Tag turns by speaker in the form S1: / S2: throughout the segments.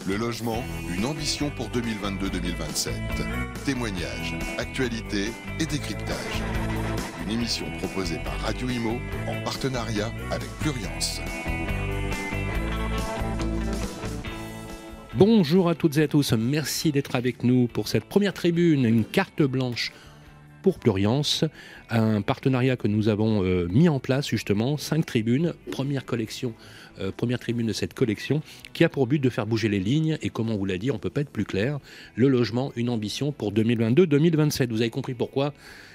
S1: Le logement, une ambition pour 2022-2027. Témoignages, actualités et décryptage. Une émission proposée par Radio Imo en partenariat avec Pluriance.
S2: Bonjour à toutes et à tous, merci d'être avec nous pour cette première tribune, une carte blanche pour Pluriance, un partenariat que nous avons mis en place justement, 5 tribunes, première tribune de cette collection qui a pour but de faire bouger les lignes et comme on vous l'a dit, on ne peut pas être plus clair, le logement, une ambition pour 2022-2027. Vous avez compris pourquoi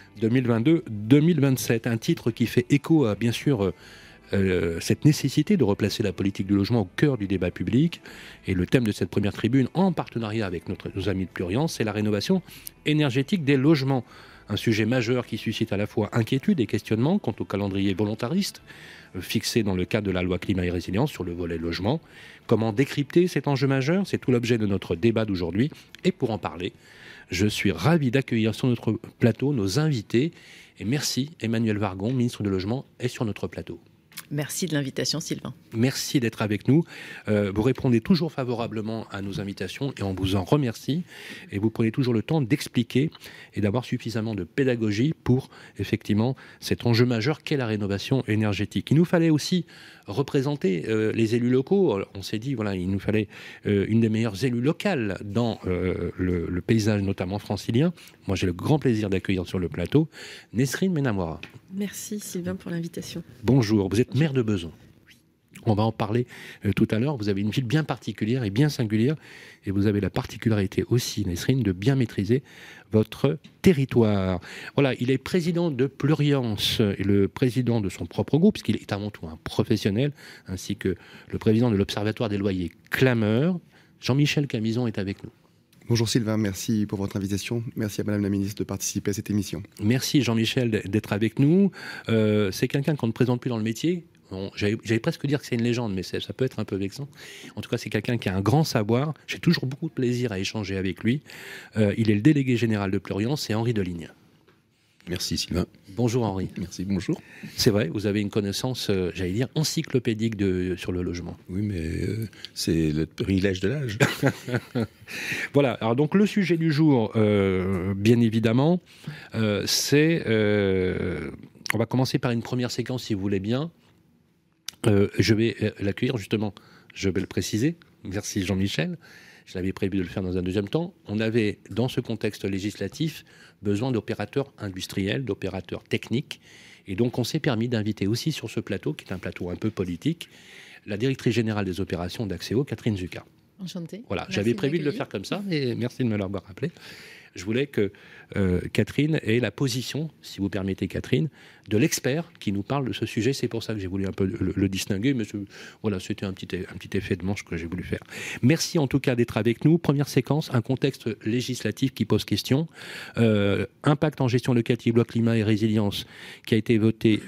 S2: 2022-2027, un titre qui fait écho à bien sûr cette nécessité de replacer la politique du logement au cœur du débat public. Et le thème de cette première tribune, en partenariat avec nos amis de Pluriance, c'est la rénovation énergétique des logements. Un sujet majeur qui suscite à la fois inquiétude et questionnement quant au calendrier volontariste fixé dans le cadre de la loi climat et résilience sur le volet logement. Comment décrypter cet enjeu majeur ? C'est tout l'objet de notre débat d'aujourd'hui. Et pour en parler, je suis ravi d'accueillir sur notre plateau nos invités. Et merci Emmanuel Wargon, ministre du Logement, est sur notre plateau.
S3: Merci de l'invitation, Sylvain.
S2: Merci d'être avec nous. Vous répondez toujours favorablement à nos invitations et on vous en remercie. Et vous prenez toujours le temps d'expliquer et d'avoir suffisamment de pédagogie pour, effectivement, cet enjeu majeur qu'est la rénovation énergétique. Il nous fallait aussi représenter les élus locaux. On s'est dit, voilà, il nous fallait une des meilleures élus locales dans le paysage, notamment francilien. Moi, j'ai le grand plaisir d'accueillir sur le plateau Nesrine Menamora.
S3: Merci Sylvain pour l'invitation.
S2: Bonjour, vous êtes maire de Bezons. Oui. On va en parler tout à l'heure. Vous avez une ville bien particulière et bien singulière et vous avez la particularité aussi, Nesrine, de bien maîtriser votre territoire. Voilà, il est président de Pluriance et le président de son propre groupe, puisqu'il est avant tout un professionnel, ainsi que le président de l'Observatoire des loyers Clameur. Jean-Michel Camison est avec nous.
S4: Bonjour Sylvain, merci pour votre invitation. Merci à Madame la Ministre de participer à cette émission.
S2: Merci Jean-Michel d'être avec nous. C'est quelqu'un qu'on ne présente plus dans le métier. J'allais presque dire que c'est une légende, mais ça peut être un peu vexant. En tout cas, c'est quelqu'un qui a un grand savoir. J'ai toujours beaucoup de plaisir à échanger avec lui. Il est le délégué général de Pluriance, c'est Henri Deligne.
S5: Merci Sylvain.
S2: Bonjour Henri.
S5: Merci, bonjour.
S2: C'est vrai, vous avez une connaissance, j'allais dire, encyclopédique sur le logement.
S5: Oui, mais c'est le privilège de l'âge.
S2: Voilà, alors donc le sujet du jour, bien évidemment, c'est... on va commencer par une première séquence, si vous voulez bien. Je vais l'accueillir, justement, je vais le préciser. Merci Jean-Michel. Je l'avais prévu de le faire dans un deuxième temps. On avait, dans ce contexte législatif, besoin d'opérateurs industriels, d'opérateurs techniques. Et donc, on s'est permis d'inviter aussi sur ce plateau, qui est un plateau un peu politique, la directrice générale des opérations d'Axéo, Catherine Zucca.
S3: Enchantée.
S2: Voilà, j'avais prévu de le faire comme ça, et merci de me l'avoir rappelé. Je voulais que Catherine ait la position, si vous permettez Catherine, de l'expert qui nous parle de ce sujet. C'est pour ça que j'ai voulu un peu le distinguer, mais voilà, c'était un petit effet de manche que j'ai voulu faire. Merci en tout cas d'être avec nous. Première séquence, un contexte législatif qui pose question. Impact en gestion locative, loi climat et résilience, qui a été voté,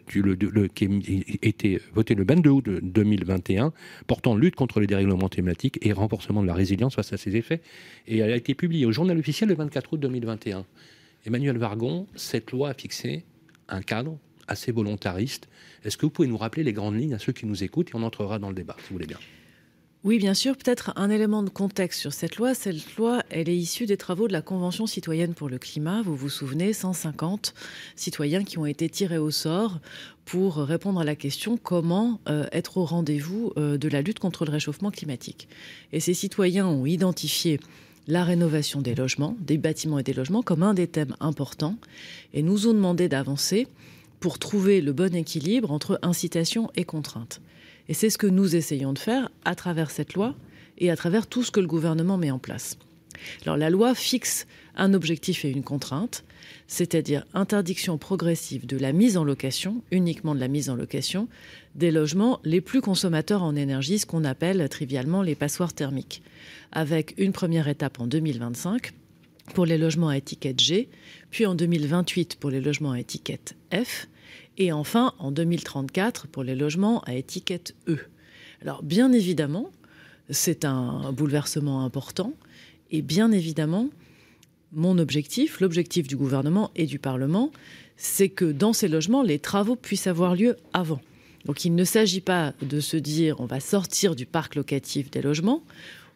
S2: voté le 22 août 2021, portant lutte contre les dérèglements climatiques et renforcement de la résilience face à ses effets. Et elle a été publiée au Journal officiel le 24 août 2021. Emmanuel Wargon, cette loi a fixé un cadre assez volontariste. Est-ce que vous pouvez nous rappeler les grandes lignes à ceux qui nous écoutent et on entrera dans le débat, si vous voulez bien.
S3: Oui, bien sûr. Peut-être un élément de contexte sur cette loi. Cette loi, elle est issue des travaux de la Convention citoyenne pour le climat. Vous vous souvenez, 150 citoyens qui ont été tirés au sort pour répondre à la question comment être au rendez-vous de la lutte contre le réchauffement climatique. Et ces citoyens ont identifié la rénovation des logements, des bâtiments et des logements comme un des thèmes importants et nous ont demandé d'avancer pour trouver le bon équilibre entre incitation et contrainte. Et c'est ce que nous essayons de faire à travers cette loi et à travers tout ce que le gouvernement met en place. Alors la loi fixe un objectif et une contrainte, c'est-à-dire interdiction progressive de la mise en location, uniquement de la mise en location, des logements les plus consommateurs en énergie, ce qu'on appelle trivialement les passoires thermiques, avec une première étape en 2025 pour les logements à étiquette G, puis en 2028 pour les logements à étiquette F, et enfin en 2034 pour les logements à étiquette E. Alors bien évidemment, c'est un bouleversement important, et bien évidemment, mon objectif, l'objectif du gouvernement et du Parlement, c'est que dans ces logements, les travaux puissent avoir lieu avant. Donc il ne s'agit pas de se dire on va sortir du parc locatif des logements,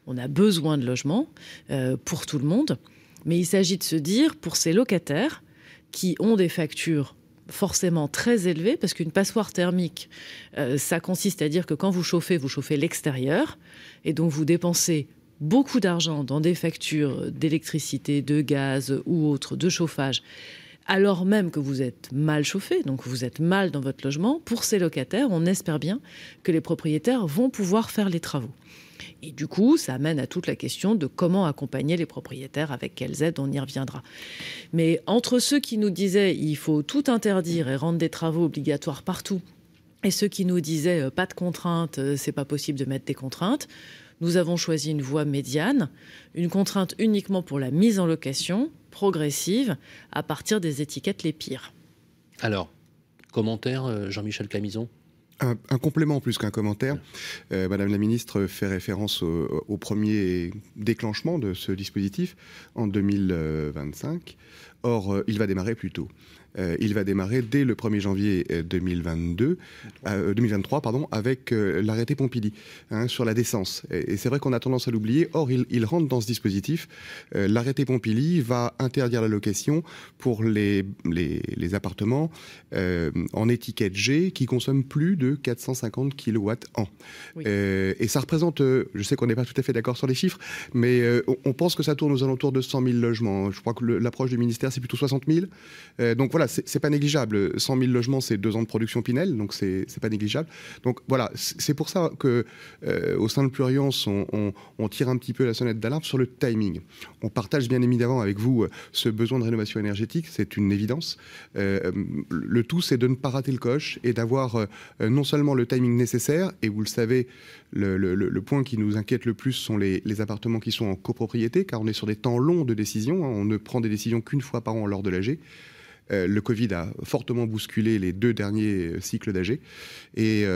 S3: On a besoin de logements pour tout le monde, mais il s'agit de se dire, pour ces locataires qui ont des factures forcément très élevées, parce qu'une passoire thermique, ça consiste à dire que quand vous chauffez l'extérieur, et donc vous dépensez beaucoup d'argent dans des factures d'électricité, de gaz ou autres, de chauffage, alors même que vous êtes mal chauffé, donc vous êtes mal dans votre logement. Pour ces locataires, on espère bien que les propriétaires vont pouvoir faire les travaux. Et du coup, ça amène à toute la question de comment accompagner les propriétaires, avec quelles aides, on y reviendra. Mais entre ceux qui nous disaient il faut tout interdire et rendre des travaux obligatoires partout, et ceux qui nous disaient pas de contraintes, c'est pas possible de mettre des contraintes, nous avons choisi une voie médiane, une contrainte uniquement pour la mise en location, progressive, à partir des étiquettes les pires.
S2: Alors, commentaire, Jean-Michel Clamison ?
S4: Un complément plus qu'un commentaire. Madame la ministre fait référence au premier déclenchement de ce dispositif en 2025. Or, il va démarrer plus tôt. Il va démarrer dès le 1er janvier 2023 avec l'arrêté Pompili sur la décence. Et c'est vrai qu'on a tendance à l'oublier. Or, il rentre dans ce dispositif. L'arrêté Pompili va interdire la location pour les appartements en étiquette G qui consomment plus de 450 kW an. Oui. Et ça représente, je sais qu'on n'est pas tout à fait d'accord sur les chiffres, mais on pense que ça tourne aux alentours de 100 000 logements. Je crois que l'approche du ministère, c'est plutôt 60 000. Donc voilà, c'est pas négligeable. 100 000 logements, c'est 2 ans de production Pinel, donc c'est pas négligeable. Donc voilà, c'est pour ça que au sein de Pluriance, on tire un petit peu la sonnette d'alarme sur le timing. On partage bien évidemment avec vous ce besoin de rénovation énergétique, c'est une évidence. Le tout, c'est de ne pas rater le coche et d'avoir non seulement le timing nécessaire, et vous le savez, le point qui nous inquiète le plus sont les appartements qui sont en copropriété, car on est sur des temps longs de décision. On ne prend des décisions qu'une fois par an lors de l'AG. Le Covid a fortement bousculé les 2 derniers cycles d'AG. Et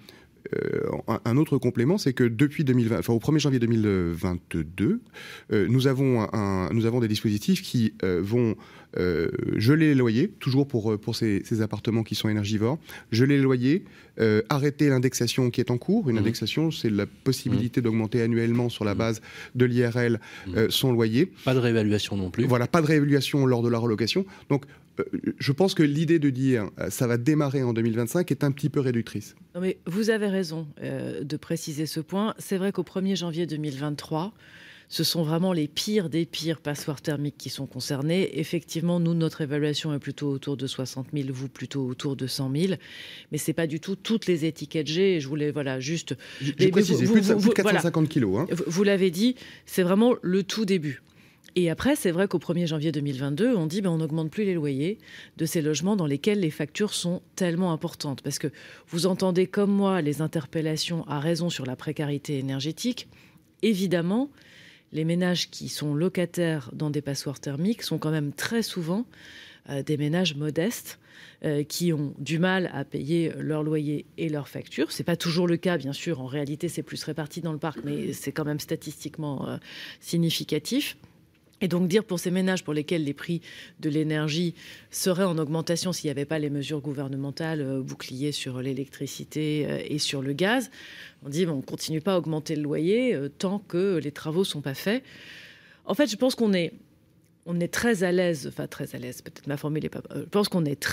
S4: un autre complément, c'est que depuis au 1er janvier 2022, nous avons des dispositifs qui vont geler les loyers, toujours pour ces appartements qui sont énergivores, geler les loyers, arrêter l'indexation qui est en cours. Une indexation, c'est la possibilité d'augmenter annuellement sur la base de l'IRL son loyer.
S2: Pas de réévaluation non plus.
S4: Voilà, pas de réévaluation lors de la relocation. Donc, je pense que l'idée de dire ça va démarrer en 2025 est un petit peu réductrice.
S3: Non mais vous avez raison de préciser ce point. C'est vrai qu'au 1er janvier 2023, ce sont vraiment les pires des pires passoires thermiques qui sont concernés. Effectivement, nous, notre évaluation est plutôt autour de 60 000, vous plutôt autour de 100 000. Mais ce n'est pas du tout toutes les étiquettes G. Je voulais juste...
S4: J'ai précisé, plus de 450 kilos. Hein.
S3: Vous l'avez dit, c'est vraiment le tout début. Et après, c'est vrai qu'au 1er janvier 2022, on dit on n'augmente plus les loyers de ces logements dans lesquels les factures sont tellement importantes. Parce que vous entendez comme moi les interpellations à raison sur la précarité énergétique. Évidemment, les ménages qui sont locataires dans des passoires thermiques sont quand même très souvent des ménages modestes qui ont du mal à payer leur loyer et leurs factures. Ce n'est pas toujours le cas, bien sûr. En réalité, c'est plus réparti dans le parc, mais c'est quand même statistiquement significatif. Et donc dire pour ces ménages pour lesquels les prix de l'énergie seraient en augmentation s'il n'y avait pas les mesures gouvernementales bouclier sur l'électricité et sur le gaz, on dit on ne continue pas à augmenter le loyer tant que les travaux ne sont pas faits. En fait, je pense qu'on est très à l'aise, enfin très à l'aise, peut-être ma formule n'est pas... Je pense qu'on est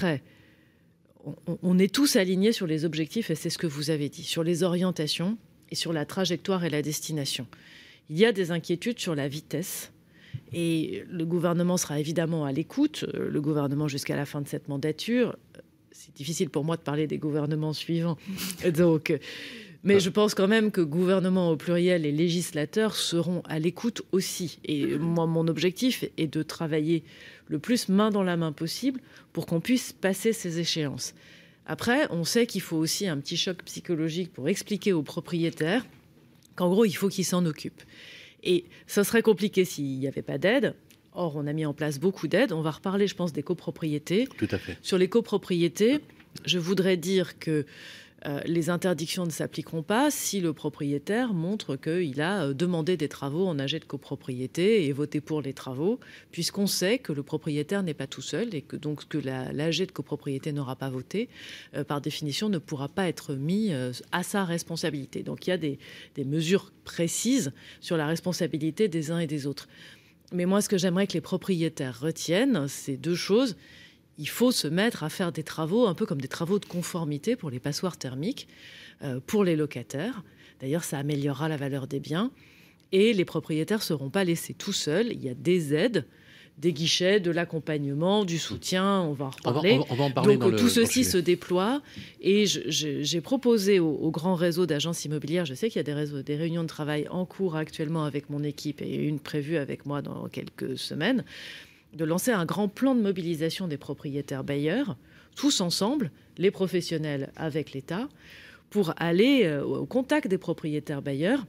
S3: on est tous alignés sur les objectifs, et c'est ce que vous avez dit, sur les orientations et sur la trajectoire et la destination. Il y a des inquiétudes sur la vitesse. Et le gouvernement sera évidemment à l'écoute, le gouvernement jusqu'à la fin de cette mandature. C'est difficile pour moi de parler des gouvernements suivants. Donc, mais je pense quand même que gouvernement au pluriel et législateurs seront à l'écoute aussi. Et moi, mon objectif est de travailler le plus main dans la main possible pour qu'on puisse passer ces échéances. Après, on sait qu'il faut aussi un petit choc psychologique pour expliquer aux propriétaires qu'en gros, il faut qu'ils s'en occupent. Et ça serait compliqué s'il n'y avait pas d'aide. Or, on a mis en place beaucoup d'aides. On va reparler, je pense, des copropriétés.
S2: Tout à fait.
S3: Sur les copropriétés, je voudrais dire que Les interdictions ne s'appliqueront pas si le propriétaire montre qu'il a demandé des travaux en AG de copropriété et voté pour les travaux, puisqu'on sait que le propriétaire n'est pas tout seul et que donc que l'AG de copropriété n'aura pas voté, par définition, ne pourra pas être mis à sa responsabilité. Donc il y a des mesures précises sur la responsabilité des uns et des autres. Mais moi, ce que j'aimerais que les propriétaires retiennent, c'est deux choses. Il faut se mettre à faire des travaux, un peu comme des travaux de conformité pour les passoires thermiques, pour les locataires. D'ailleurs, ça améliorera la valeur des biens. Et les propriétaires ne seront pas laissés tout seuls. Il y a des aides, des guichets, de l'accompagnement, du soutien, on va en reparler.
S2: On va en parler.
S3: Donc tout ceci se déploie. Et j'ai proposé au grand réseau d'agences immobilières, je sais qu'il y a des réunions de travail en cours actuellement avec mon équipe et une prévue avec moi dans quelques semaines, de lancer un grand plan de mobilisation des propriétaires bailleurs, tous ensemble, les professionnels avec l'État, pour aller au contact des propriétaires bailleurs,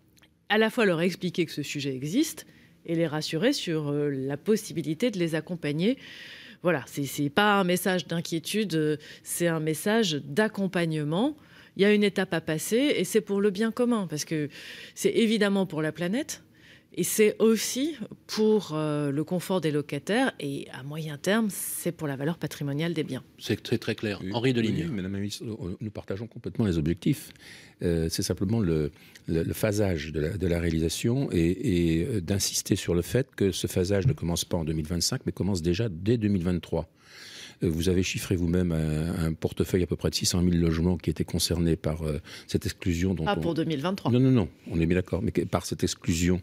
S3: à la fois leur expliquer que ce sujet existe et les rassurer sur la possibilité de les accompagner. Voilà, c'est pas un message d'inquiétude, c'est un message d'accompagnement. Il y a une étape à passer et c'est pour le bien commun, parce que c'est évidemment pour la planète, et c'est aussi pour le confort des locataires et à moyen terme, c'est pour la valeur patrimoniale des biens.
S2: C'est très clair.
S5: Oui,
S2: Henri Deligne.
S5: Oui, Madame la Ministre, nous partageons complètement les objectifs. C'est simplement le phasage de la réalisation et d'insister sur le fait que ce phasage ne commence pas en 2025, mais commence déjà dès 2023. Vous avez chiffré vous-même un portefeuille à peu près de 600 000 logements qui étaient concernés par cette exclusion.
S3: Pour 2023.
S5: Non, on est bien d'accord, mais par cette exclusion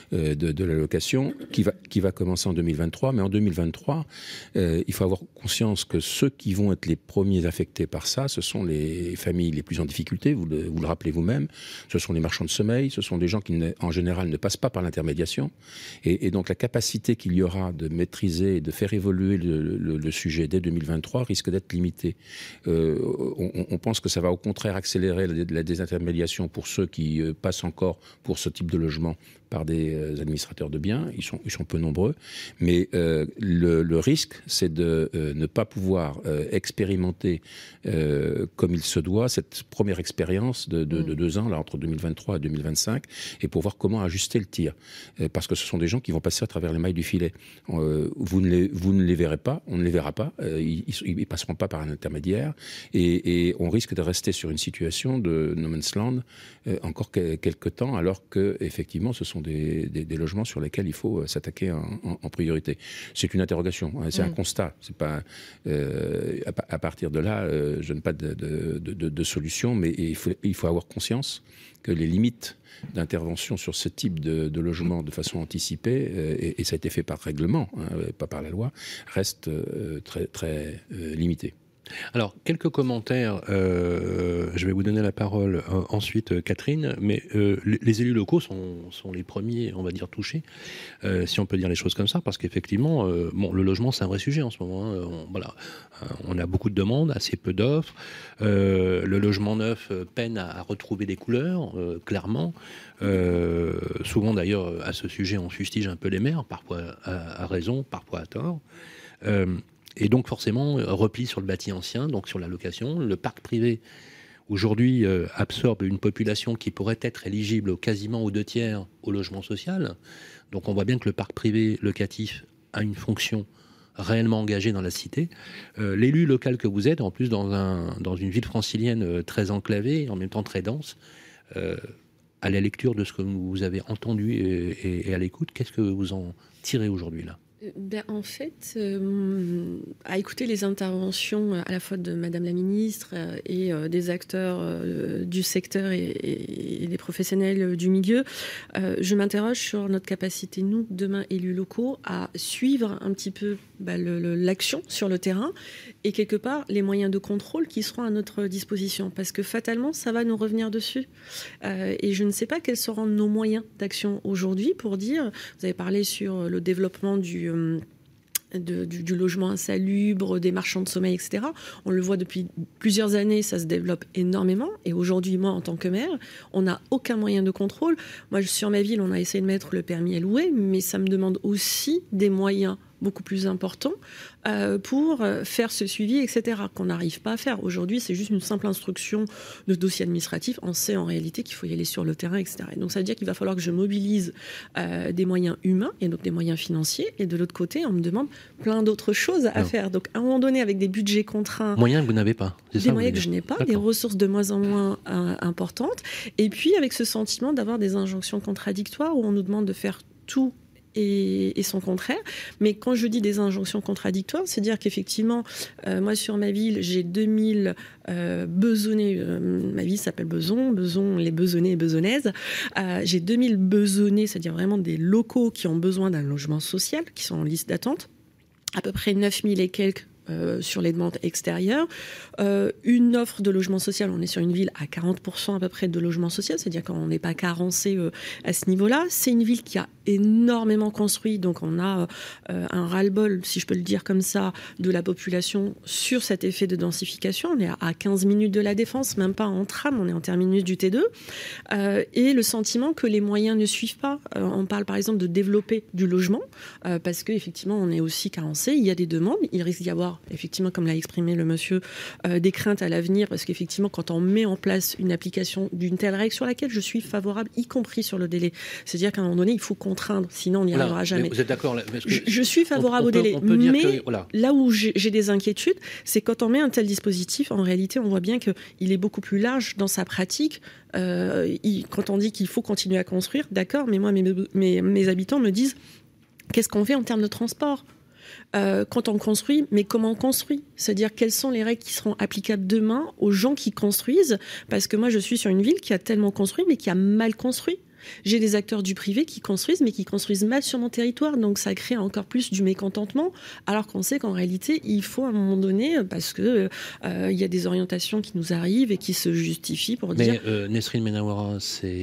S5: de la location qui va commencer en 2023. Mais en 2023, il faut avoir conscience que ceux qui vont être les premiers affectés par ça, ce sont les familles les plus en difficulté, vous le rappelez vous-même, ce sont les marchands de sommeil, ce sont des gens qui, en général, ne passent pas par l'intermédiation. Et donc la capacité qu'il y aura de maîtriser et de faire évoluer le sujet dès 2023 risque d'être limité. On pense que ça va au contraire accélérer la désintermédiation pour ceux qui passent encore pour ce type de logement par des administrateurs de biens. Ils sont peu nombreux. Mais le risque, c'est de ne pas pouvoir expérimenter comme il se doit cette première expérience de 2 ans, là, entre 2023 et 2025, et pour voir comment ajuster le tir. Parce que ce sont des gens qui vont passer à travers les mailles du filet. Vous ne les verrez pas, on ne les verra pas, ils ne passeront pas par un intermédiaire, et on risque de rester sur une situation de no man's land encore quelques temps, alors que effectivement ce sont des logements sur lesquels il faut s'attaquer en priorité. C'est une interrogation, hein, c'est un constat. C'est pas à partir de là, je n'ai pas de solution, mais il faut avoir conscience que les limites d'intervention sur ce type de logement de façon anticipée, et ça a été fait par règlement, hein, pas par la loi, restent très, très limitées.
S2: Alors, quelques commentaires. Je vais vous donner la parole ensuite, Catherine. Mais les élus locaux sont les premiers, on va dire, touchés, si on peut dire les choses comme ça, parce qu'effectivement, le logement, c'est un vrai sujet en ce moment. Hein. On a beaucoup de demandes, assez peu d'offres. Le logement neuf peine à retrouver des couleurs, clairement. Souvent, d'ailleurs, à ce sujet, on fustige un peu les maires, parfois à raison, parfois à tort. Et donc forcément, repli sur le bâti ancien, donc sur la location. Le parc privé, aujourd'hui, absorbe une population qui pourrait être éligible quasiment aux 2/3 au logement social. Donc on voit bien que le parc privé locatif a une fonction réellement engagée dans la cité. L'élu local que vous êtes, en plus dans une ville francilienne très enclavée, et en même temps très dense, à la lecture de ce que vous avez entendu et à l'écoute, qu'est-ce que vous en tirez aujourd'hui là ?
S6: En fait, à écouter les interventions à la fois de Madame la Ministre et des acteurs du secteur et des professionnels du milieu, je m'interroge sur notre capacité, nous, demain, élus locaux, à suivre un petit peu l'action sur le terrain et quelque part les moyens de contrôle qui seront à notre disposition. Parce que fatalement, ça va nous revenir dessus. Et je ne sais pas quels seront nos moyens d'action aujourd'hui pour dire, vous avez parlé sur le développement du logement insalubre, des marchands de sommeil, etc. On le voit depuis plusieurs années, ça se développe énormément. Et aujourd'hui, moi, en tant que maire, on n'a aucun moyen de contrôle. Moi, sur ma ville, on a essayé de mettre le permis à louer, mais ça me demande aussi des moyens beaucoup plus important pour faire ce suivi, etc., qu'on n'arrive pas à faire. Aujourd'hui, c'est juste une simple instruction de dossier administratif. On sait en réalité qu'il faut y aller sur le terrain, etc. Et donc ça veut dire qu'il va falloir que je mobilise des moyens humains et donc des moyens financiers. Et de l'autre côté, on me demande plein d'autres choses à faire. Donc à un moment donné, avec des budgets contraints...
S2: Moyens que vous n'avez pas.
S6: C'est des moyens que je n'ai pas, des ressources de moins en moins importantes. Et puis avec ce sentiment d'avoir des injonctions contradictoires où on nous demande de faire tout et son contraire. Mais quand je dis des injonctions contradictoires, c'est-à-dire qu'effectivement, moi sur ma ville, j'ai 2000 besonnés, ma ville s'appelle Beson, les besonnés et besonnaises, j'ai 2000 besonnés, c'est-à-dire vraiment des locaux qui ont besoin d'un logement social, qui sont en liste d'attente, à peu près 9000 et quelques sur les demandes extérieures. Une offre de logement social, on est sur une ville à 40% à peu près de logement social, c'est-à-dire qu'on n'est pas carencé à ce niveau-là. C'est une ville qui a énormément construit, donc on a un ras-le-bol, si je peux le dire comme ça, de la population sur cet effet de densification. On est à 15 minutes de la Défense, même pas en tram, on est en terminus du T2. Et le sentiment que les moyens ne suivent pas. On parle par exemple de développer du logement, parce qu'effectivement on est aussi carencé, il y a des demandes, il risque d'y avoir effectivement, comme l'a exprimé le monsieur, des craintes à l'avenir, parce qu'effectivement, quand on met en place une application d'une telle règle sur laquelle je suis favorable, y compris sur le délai, c'est-à-dire qu'à un moment donné, il faut contraindre, sinon on n'y arrivera jamais.
S2: Vous êtes d'accord?
S6: Je suis favorable au délai, mais là où j'ai des inquiétudes, c'est quand on met un tel dispositif, en réalité, on voit bien qu'il est beaucoup plus large dans sa pratique. Quand on dit qu'il faut continuer à construire, d'accord, mais moi, mes habitants me disent, qu'est-ce qu'on fait en termes de transport ? Quand on construit, mais comment on construit ? C'est-à-dire quelles sont les règles qui seront applicables demain aux gens qui construisent ? Parce que moi, je suis sur une ville qui a tellement construit, mais qui a mal construit. J'ai des acteurs du privé qui construisent, mais qui construisent mal sur mon territoire. Donc ça crée encore plus du mécontentement, alors qu'on sait qu'en réalité, il faut à un moment donné, parce que y a des orientations qui nous arrivent et qui se justifient pour dire...
S2: Mais Nesrine Menawara,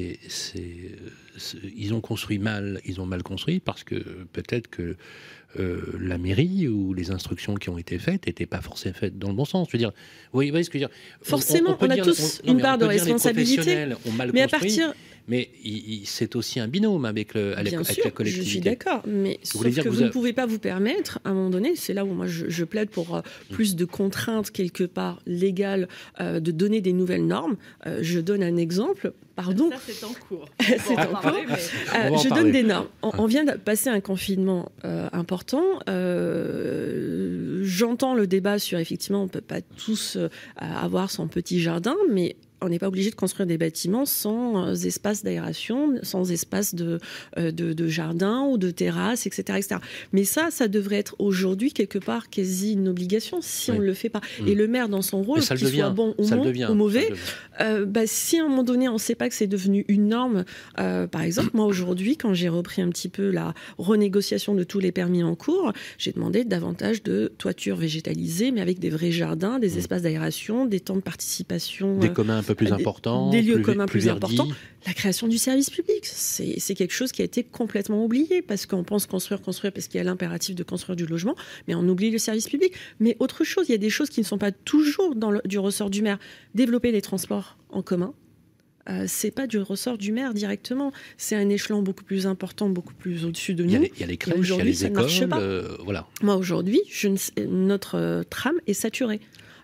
S2: ils ont construit mal, ils ont mal construit, parce que peut-être que la mairie ou les instructions qui ont été faites n'étaient pas forcément faites dans le bon sens. Je veux dire, vous voyez ce que je veux dire ?
S6: Forcément, on a tous une part de responsabilité.
S2: Mais à partir... Mais c'est aussi un binôme avec la collectivité.
S6: Je suis d'accord, mais sauf que vous ne pouvez pas vous permettre, à un moment donné, c'est là où moi je plaide pour plus de contraintes quelque part légales, de donner des nouvelles normes. Je donne un exemple. Pardon.
S3: Ça, c'est en cours.
S6: C'est en cours. Je donne des normes. On vient de passer un confinement important. J'entends le débat sur, effectivement, on ne peut pas tous avoir son petit jardin, mais on n'est pas obligé de construire des bâtiments sans espace d'aération, sans espace de jardin ou de terrasse, etc., etc. Mais ça devrait être aujourd'hui quelque part quasi une obligation si on ne le fait pas. Et le maire, dans son rôle, qu'il soit bon ou mauvais, si à un moment donné on ne sait pas que c'est devenu une norme, par exemple, moi aujourd'hui, quand j'ai repris un petit peu la renégociation de tous les permis en cours, j'ai demandé davantage de toitures végétalisées, mais avec des vrais jardins, des espaces d'aération, des temps de participation,
S2: des communs un peu plus importants,
S6: des lieux communs plus importants. La création du service public, c'est quelque chose qui a été complètement oublié, parce qu'on pense construire parce qu'il y a l'impératif de construire du logement, mais on oublie le service public. Mais autre chose, il y a des choses qui ne sont pas toujours du ressort du maire. Développer les transports en commun, c'est pas du ressort du maire directement, c'est un échelon beaucoup plus important, beaucoup plus au-dessus de nous.
S2: Il y a les crèches, il y a les écoles, voilà.
S6: Moi aujourd'hui, notre tram est saturé.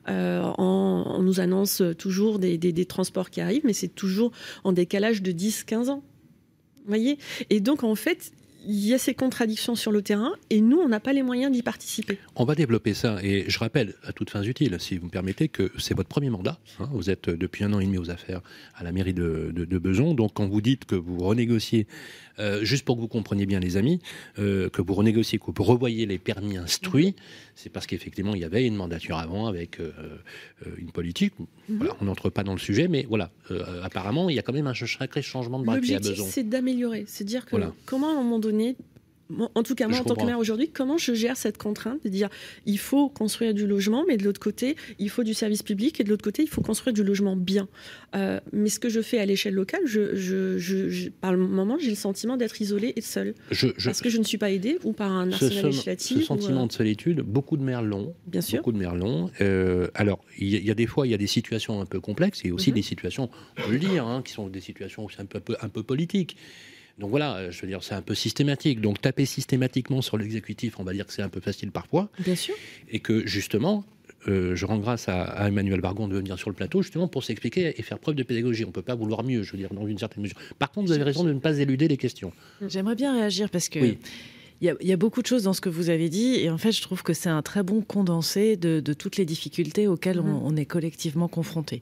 S6: On nous annonce toujours des transports qui arrivent, mais c'est toujours en décalage de 10-15 ans. Vous voyez ? Et donc, en fait, il y a ces contradictions sur le terrain, et nous, on n'a pas les moyens d'y participer.
S2: On va développer ça, et je rappelle, à toutes fins utiles, si vous me permettez, que c'est votre premier mandat. Vous êtes depuis 1 an et demi aux affaires à la mairie de Beson, donc quand vous dites que vous renégociez, juste pour que vous compreniez bien les amis, que vous renégociez, que vous revoyez les permis instruits, c'est parce qu'effectivement il y avait une mandature avant avec une politique. Voilà, on n'entre pas dans le sujet, mais voilà, apparemment il y a quand même un sacré changement de braquet à Beson.
S6: L'objectif, c'est d'améliorer, c'est dire que comment à un moment donné, en tout cas moi en tant que maire aujourd'hui, comment je gère cette contrainte de dire il faut construire du logement, mais de l'autre côté il faut du service public, et de l'autre côté il faut construire du logement bien. Mais ce que je fais à l'échelle locale, par le moment j'ai le sentiment d'être isolée et seule, parce que je ne suis pas aidée, ou par un arsenal législatif.
S2: Ce sentiment de solitude, beaucoup de maires l'ont.
S6: Bien sûr.
S2: Beaucoup de maires l'ont. Alors il y a des fois il y a des situations un peu complexes, et aussi des situations, on peut le dire, qui sont des situations aussi un peu politiques. Donc voilà, je veux dire, c'est un peu systématique. Donc taper systématiquement sur l'exécutif, on va dire que c'est un peu facile parfois.
S3: Bien sûr.
S2: Et que justement, je rends grâce à Emmanuel Bargon de venir sur le plateau justement pour s'expliquer et faire preuve de pédagogie. On ne peut pas vouloir mieux, je veux dire, dans une certaine mesure. Par contre, vous avez raison de ne pas éluder les questions.
S3: J'aimerais bien réagir parce que...
S2: Oui.
S3: Il y a beaucoup de choses dans ce que vous avez dit et en fait je trouve que c'est un très bon condensé de toutes les difficultés auxquelles on est collectivement confrontés.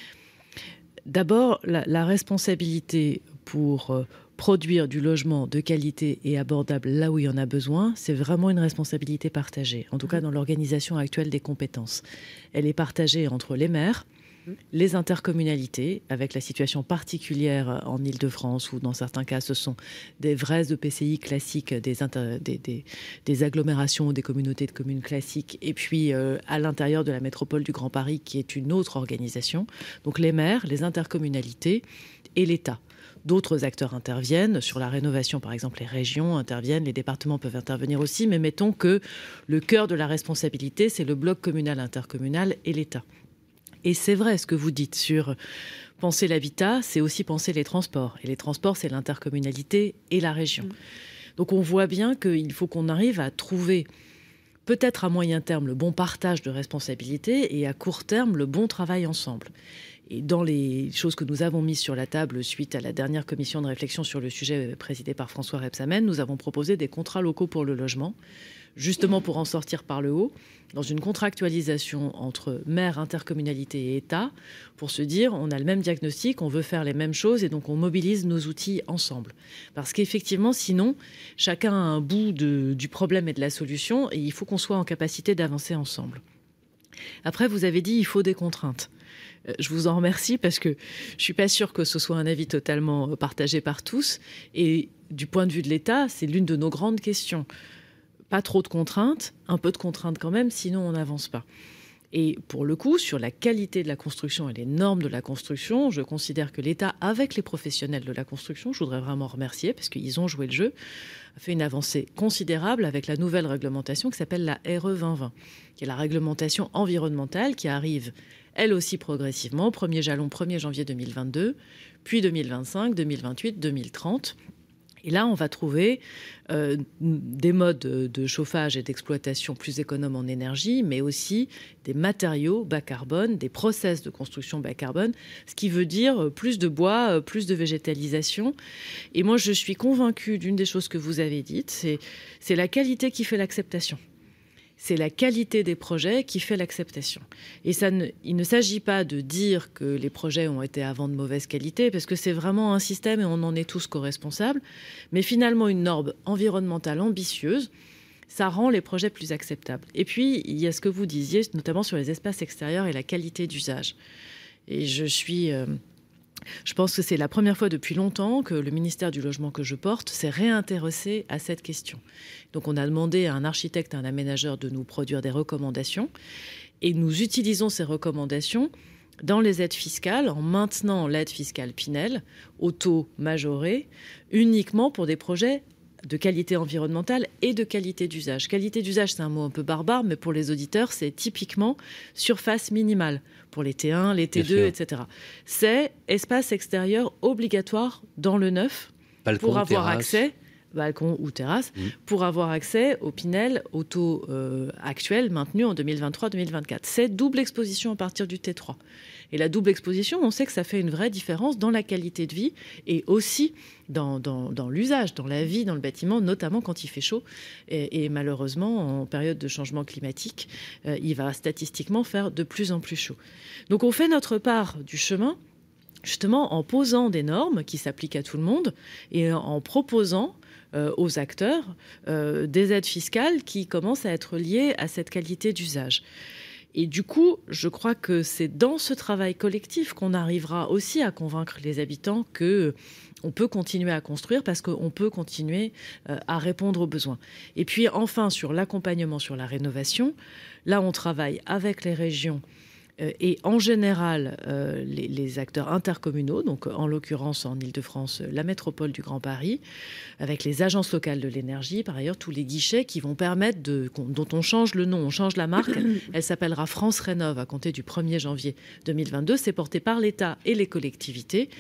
S3: D'abord, la responsabilité pour produire du logement de qualité et abordable là où il y en a besoin, c'est vraiment une responsabilité partagée, en tout cas dans l'organisation actuelle des compétences. Elle est partagée entre les maires, les intercommunalités, avec la situation particulière en Île-de-France, où dans certains cas, ce sont des vrais EPCI classiques, des agglomérations, des communautés de communes classiques, et puis à l'intérieur de la métropole du Grand Paris, qui est une autre organisation. Donc les maires, les intercommunalités et l'État. D'autres acteurs interviennent. Sur la rénovation, par exemple, les régions interviennent, les départements peuvent intervenir aussi, mais mettons que le cœur de la responsabilité, c'est le bloc communal, intercommunal et l'État. Et c'est vrai ce que vous dites sur penser l'habitat, c'est aussi penser les transports. Et les transports, c'est l'intercommunalité et la région. Donc on voit bien qu'il faut qu'on arrive à trouver, peut-être à moyen terme, le bon partage de responsabilités et à court terme, le bon travail ensemble. Et dans les choses que nous avons mises sur la table suite à la dernière commission de réflexion sur le sujet présidée par François Rebsamen, nous avons proposé des contrats locaux pour le logement, justement pour en sortir par le haut, dans une contractualisation entre maire, intercommunalité et État, pour se dire on a le même diagnostic, on veut faire les mêmes choses et donc on mobilise nos outils ensemble. Parce qu'effectivement, sinon, chacun a un bout du problème et de la solution et il faut qu'on soit en capacité d'avancer ensemble. Après, vous avez dit il faut des contraintes. Je vous en remercie parce que je ne suis pas sûre que ce soit un avis totalement partagé par tous. Et du point de vue de l'État, c'est l'une de nos grandes questions. Pas trop de contraintes, un peu de contraintes quand même, sinon on n'avance pas. Et pour le coup, sur la qualité de la construction et les normes de la construction, je considère que l'État, avec les professionnels de la construction, je voudrais vraiment remercier parce qu'ils ont joué le jeu, a fait une avancée considérable avec la nouvelle réglementation qui s'appelle la RE 2020, qui est la réglementation environnementale qui arrive elle aussi progressivement, premier jalon 1er janvier 2022, puis 2025, 2028, 2030. Et là, on va trouver des modes de chauffage et d'exploitation plus économes en énergie, mais aussi des matériaux bas carbone, des process de construction bas carbone, ce qui veut dire plus de bois, plus de végétalisation. Et moi, je suis convaincue d'une des choses que vous avez dites, c'est la qualité qui fait l'acceptation. C'est la qualité des projets qui fait l'acceptation. Et il ne s'agit pas de dire que les projets ont été avant de mauvaise qualité, parce que c'est vraiment un système et on en est tous co-responsables. Mais finalement, une norme environnementale ambitieuse, ça rend les projets plus acceptables. Et puis, il y a ce que vous disiez, notamment sur les espaces extérieurs et la qualité d'usage. Et je pense que c'est la première fois depuis longtemps que le ministère du Logement que je porte s'est réintéressé à cette question. Donc on a demandé à un architecte et à un aménageur de nous produire des recommandations et nous utilisons ces recommandations dans les aides fiscales en maintenant l'aide fiscale Pinel au taux majoré uniquement pour des projets de qualité environnementale et de qualité d'usage. Qualité d'usage, c'est un mot un peu barbare, mais pour les auditeurs, c'est typiquement surface minimale pour les T1, les T2, etc. C'est espace extérieur obligatoire dans le neuf
S2: balcon,
S3: pour avoir
S2: terrasse.
S3: accès, balcon ou terrasse, pour avoir accès au Pinel, au taux actuel maintenu en 2023-2024. C'est double exposition à partir du T3. Et la double exposition, on sait que ça fait une vraie différence dans la qualité de vie et aussi dans l'usage, dans la vie, dans le bâtiment, notamment quand il fait chaud. Et malheureusement, en période de changement climatique, il va statistiquement faire de plus en plus chaud. Donc on fait notre part du chemin, justement en posant des normes qui s'appliquent à tout le monde et en proposant aux acteurs des aides fiscales qui commencent à être liées à cette qualité d'usage. Et du coup, je crois que c'est dans ce travail collectif qu'on arrivera aussi à convaincre les habitants qu'on peut continuer à construire parce qu'on peut continuer à répondre aux besoins. Et puis enfin, sur l'accompagnement, sur la rénovation, là on travaille avec les régions et en général les acteurs intercommunaux, donc en l'occurrence en Île-de-France, la métropole du Grand Paris, avec les agences locales de l'énergie, par ailleurs tous les guichets qui vont permettre, dont on change le nom, on change la marque, elle s'appellera France Rénov' à compter du 1er janvier 2022, c'est porté par l'État et les collectivités.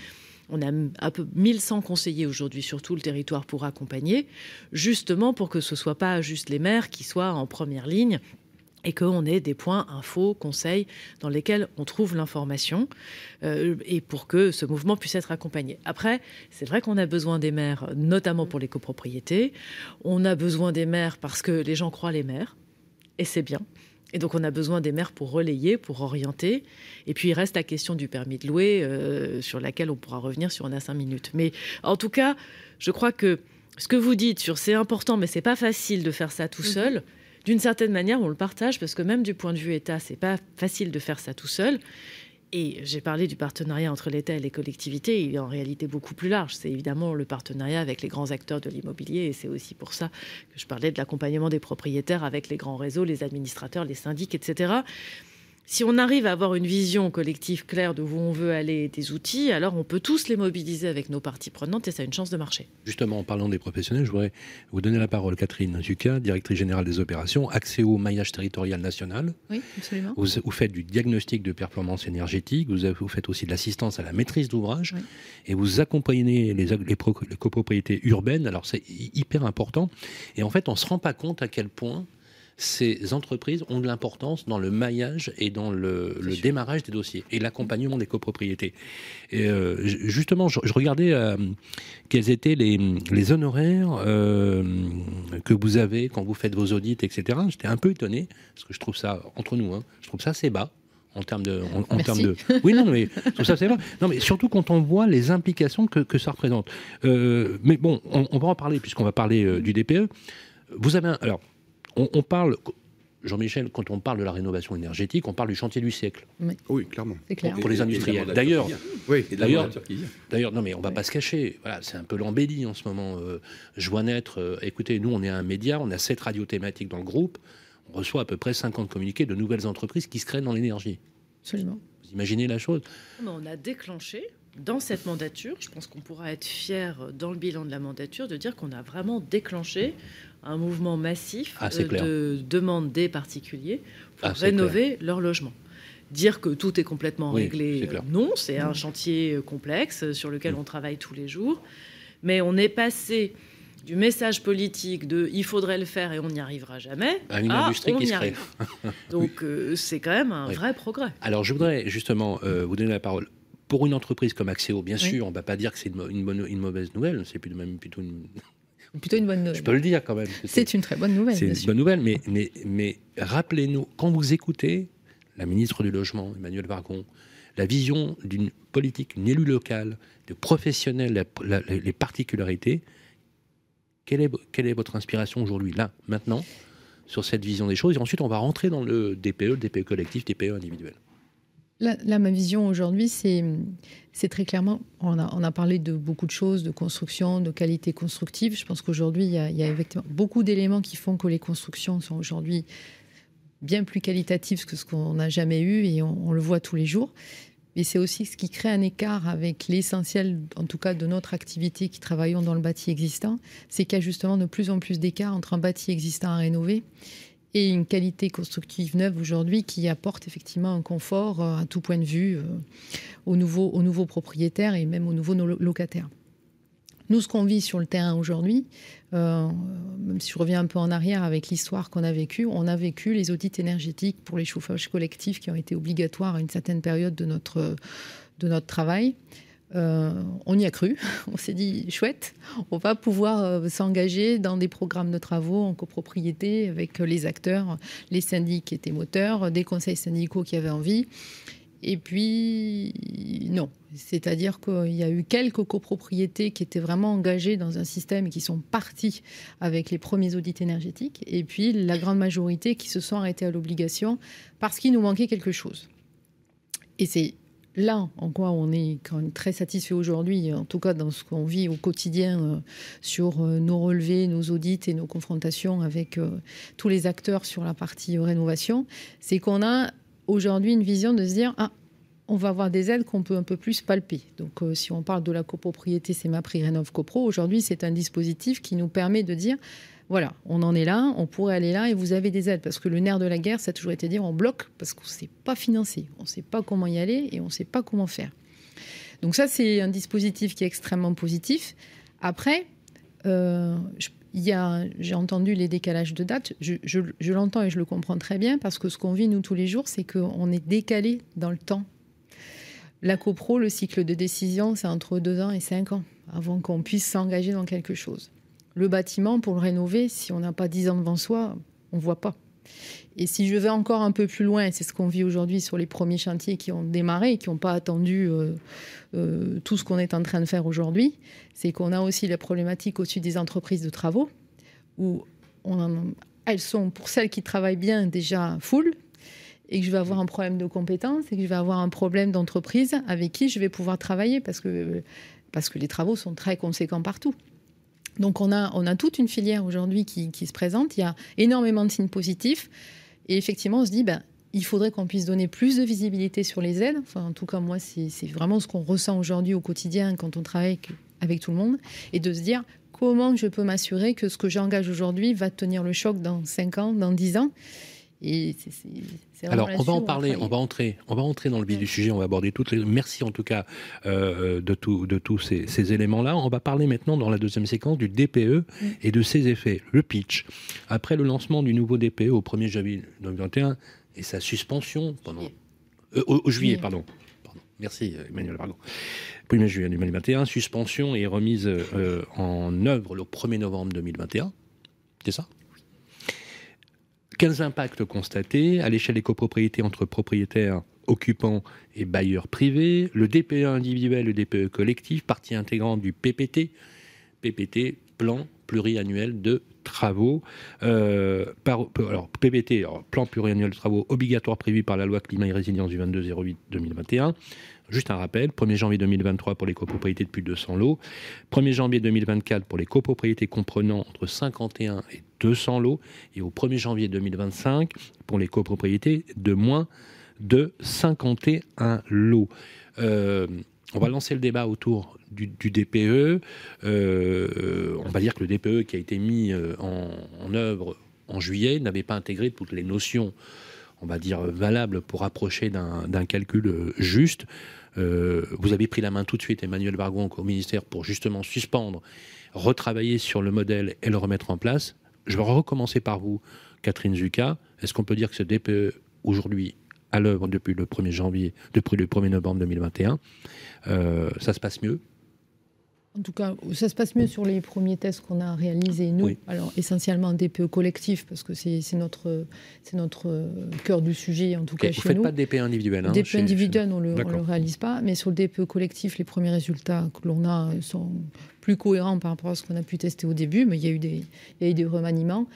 S3: On a un peu 1100 conseillers aujourd'hui sur tout le territoire pour accompagner, justement pour que ce ne soit pas juste les maires qui soient en première ligne et qu'on ait des points infos, conseils dans lesquels on trouve l'information et pour que ce mouvement puisse être accompagné. Après, c'est vrai qu'on a besoin des maires, notamment pour les copropriétés. On a besoin des maires parce que les gens croient les maires, et c'est bien. Et donc, on a besoin des maires pour relayer, pour orienter. Et puis, il reste la question du permis de louer, sur laquelle on pourra revenir si on a 5 minutes. Mais en tout cas, je crois que ce que vous dites sur c'est important, mais c'est pas facile de faire ça tout seul. D'une certaine manière, on le partage parce que même du point de vue État, c'est pas facile de faire ça tout seul. Et j'ai parlé du partenariat entre l'État et les collectivités. Il est en réalité beaucoup plus large. C'est évidemment le partenariat avec les grands acteurs de l'immobilier. Et c'est aussi pour ça que je parlais de l'accompagnement des propriétaires avec les grands réseaux, les administrateurs, les syndics, etc. Si on arrive à avoir une vision collective claire de où on veut aller, des outils, alors on peut tous les mobiliser avec nos parties prenantes et ça a une chance de marcher.
S2: Justement, en parlant des professionnels, je voudrais vous donner la parole. Catherine Zucca, directrice générale des opérations, Axéo Maillage Territorial National.
S7: Oui, absolument.
S2: Vous faites du diagnostic de performance énergétique, vous faites aussi de l'assistance à la maîtrise d'ouvrage, oui. Et vous accompagnez les copropriétés urbaines. Alors c'est hyper important. Et en fait, on ne se rend pas compte à quel point ces entreprises ont de l'importance dans le maillage et dans le démarrage des dossiers et l'accompagnement des copropriétés. Et justement, je regardais quels étaient les honoraires que vous avez quand vous faites vos audits, etc. J'étais un peu étonné, parce que je trouve ça, entre nous, je trouve ça assez bas. En termes de, oui, non, mais tout ça c'est vrai. Non, mais surtout quand on voit les implications que ça représente. Mais bon, on va en parler puisqu'on va parler du DPE. Vous avez alors. On parle, Jean-Michel, quand on parle de la rénovation énergétique, on parle du chantier du siècle.
S4: Oui, clairement.
S7: C'est clair.
S2: Pour les industriels. D'ailleurs, non, mais on ne va pas se cacher. Voilà, c'est un peu l'embellie en ce moment. Je vois naître, écoutez, nous, on est un média, on a 7 radios thématiques dans le groupe. On reçoit à peu près 50 communiqués de nouvelles entreprises qui se créent dans l'énergie.
S7: Absolument.
S2: Vous imaginez la chose ?
S3: On a déclenché, dans cette mandature, je pense qu'on pourra être fier dans le bilan de la mandature de dire qu'on a vraiment déclenché un mouvement massif de demande des particuliers pour rénover leur logement. Dire que tout est complètement réglé, non, c'est un chantier complexe sur lequel on travaille tous les jours. Mais on est passé du message politique de « il faudrait le faire et on n'y arrivera jamais »
S2: à une industrie qui se crée.
S3: Donc c'est quand même un vrai progrès.
S2: Alors je voudrais justement vous donner la parole. Pour une entreprise comme Axéo, bien sûr, on ne va pas dire que c'est une mauvaise nouvelle, c'est plutôt
S7: une bonne nouvelle.
S2: Je peux le dire quand même.
S7: C'est une très bonne nouvelle.
S2: C'est une bonne nouvelle, mais rappelez-nous, quand vous écoutez la ministre du Logement, Emmanuelle Wargon, la vision d'une politique, une élue locale, de professionnels, les particularités, quelle est votre inspiration aujourd'hui, là, maintenant, sur cette vision des choses ? Et ensuite, on va rentrer dans le DPE collectif, DPE individuel.
S7: Là, ma vision aujourd'hui, c'est très clairement, on a parlé de beaucoup de choses, de construction, de qualité constructive. Je pense qu'aujourd'hui, il y a effectivement beaucoup d'éléments qui font que les constructions sont aujourd'hui bien plus qualitatives que ce qu'on n'a jamais eu, et on le voit tous les jours. Mais c'est aussi ce qui crée un écart avec l'essentiel, en tout cas de notre activité qui travaillons dans le bâti existant, c'est qu'il y a justement de plus en plus d'écart entre un bâti existant à rénover et une qualité constructive neuve aujourd'hui qui apporte effectivement un confort à tout point de vue aux nouveaux propriétaires et même aux nouveaux locataires. Nous, ce qu'on vit sur le terrain aujourd'hui, même si je reviens un peu en arrière avec l'histoire qu'on a vécue, on a vécu les audits énergétiques pour les chauffages collectifs qui ont été obligatoires à une certaine période de notre travail. On y a cru, on s'est dit chouette, on va pouvoir s'engager dans des programmes de travaux en copropriété avec les acteurs, les syndics qui étaient moteurs, des conseils syndicaux qui avaient envie. Et puis non, c'est-à-dire qu'il y a eu quelques copropriétés qui étaient vraiment engagées dans un système et qui sont parties avec les premiers audits énergétiques, et puis la grande majorité qui se sont arrêtées à l'obligation parce qu'il nous manquait quelque chose. Et c'est là en quoi on est quand même très satisfait aujourd'hui, en tout cas dans ce qu'on vit au quotidien sur nos relevés, nos audits et nos confrontations avec tous les acteurs sur la partie rénovation, c'est qu'on a aujourd'hui une vision de se dire on va avoir des aides qu'on peut un peu plus palper. Donc si on parle de la copropriété, c'est MaPrimeRénov' Copro. Aujourd'hui, c'est un dispositif qui nous permet de dire voilà, on en est là, on pourrait aller là et vous avez des aides. Parce que le nerf de la guerre, ça a toujours été de dire on bloque parce qu'on ne sait pas financer, on ne sait pas comment y aller et on ne sait pas comment faire. Donc ça, c'est un dispositif qui est extrêmement positif. Après, j'ai entendu les décalages de date. Je l'entends et je le comprends très bien parce que ce qu'on vit, nous, tous les jours, c'est qu'on est décalé dans le temps. La copro, le cycle de décision, c'est entre 2 ans et 5 ans avant qu'on puisse s'engager dans quelque chose. Le bâtiment, pour le rénover, si on n'a pas 10 ans devant soi, on ne voit pas. Et si je vais encore un peu plus loin, c'est ce qu'on vit aujourd'hui sur les premiers chantiers qui ont démarré et qui n'ont pas attendu tout ce qu'on est en train de faire aujourd'hui, c'est qu'on a aussi la problématique au-dessus des entreprises de travaux, où elles sont, pour celles qui travaillent bien, déjà full, et que je vais avoir un problème de compétences, et que je vais avoir un problème d'entreprise avec qui je vais pouvoir travailler, parce que les travaux sont très conséquents partout. Donc on a toute une filière aujourd'hui qui se présente, il y a énormément de signes positifs, et effectivement on se dit, il faudrait qu'on puisse donner plus de visibilité sur les aides. Enfin, en tout cas, moi, c'est vraiment ce qu'on ressent aujourd'hui au quotidien quand on travaille avec tout le monde, et de se dire comment je peux m'assurer que ce que j'engage aujourd'hui va tenir le choc dans 5 ans, dans 10 ans. Et
S2: alors, on va en parler, on va entrer dans le vif du sujet, on va aborder toutes les... Merci en tout cas de tous ces éléments-là. On va parler maintenant dans la deuxième séquence du DPE et de ses effets. Le pitch. Après le lancement du nouveau DPE au 1er janvier 2021 et sa suspension pendant... au juillet, pardon. Merci Emmanuel Vargon. 1er juillet 2021, suspension et remise en œuvre le 1er novembre 2021. C'est ça ? Quels impacts constatés à l'échelle des copropriétés entre propriétaires, occupants et bailleurs privés, le DPE individuel, le DPE collectif, partie intégrante du PPT, plan pluriannuel de travaux. PPT, plan pluriannuel de travaux obligatoire prévu par la loi climat et résilience du 22/08/2021. Juste un rappel, 1er janvier 2023 pour les copropriétés de plus de 200 lots, 1er janvier 2024 pour les copropriétés comprenant entre 51 et 200 lots, et au 1er janvier 2025 pour les copropriétés de moins de 51 lots. On va lancer le débat autour du DPE. On va dire que le DPE qui a été mis en œuvre en juillet n'avait pas intégré toutes les notions, on va dire, valables pour approcher d'un calcul juste. Vous avez pris la main tout de suite, Emmanuel Vargon, au ministère, pour justement suspendre, retravailler sur le modèle et le remettre en place. Je vais recommencer par vous, Catherine Zucca. Est-ce qu'on peut dire que ce DPE, aujourd'hui, à l'œuvre depuis le 1er novembre 2021, ça se passe mieux ?
S7: En tout cas, ça se passe mieux sur les premiers tests qu'on a réalisés, nous. Oui. Alors, essentiellement un DPE collectif, parce que c'est notre cœur du sujet, en tout cas chez nous. Vous
S2: ne faites pas de DPE individuel, hein,
S7: DPE individuel, on ne le réalise pas. Mais sur le DPE collectif, les premiers résultats que l'on a sont plus cohérents par rapport à ce qu'on a pu tester au début. Mais il y a eu des remaniements.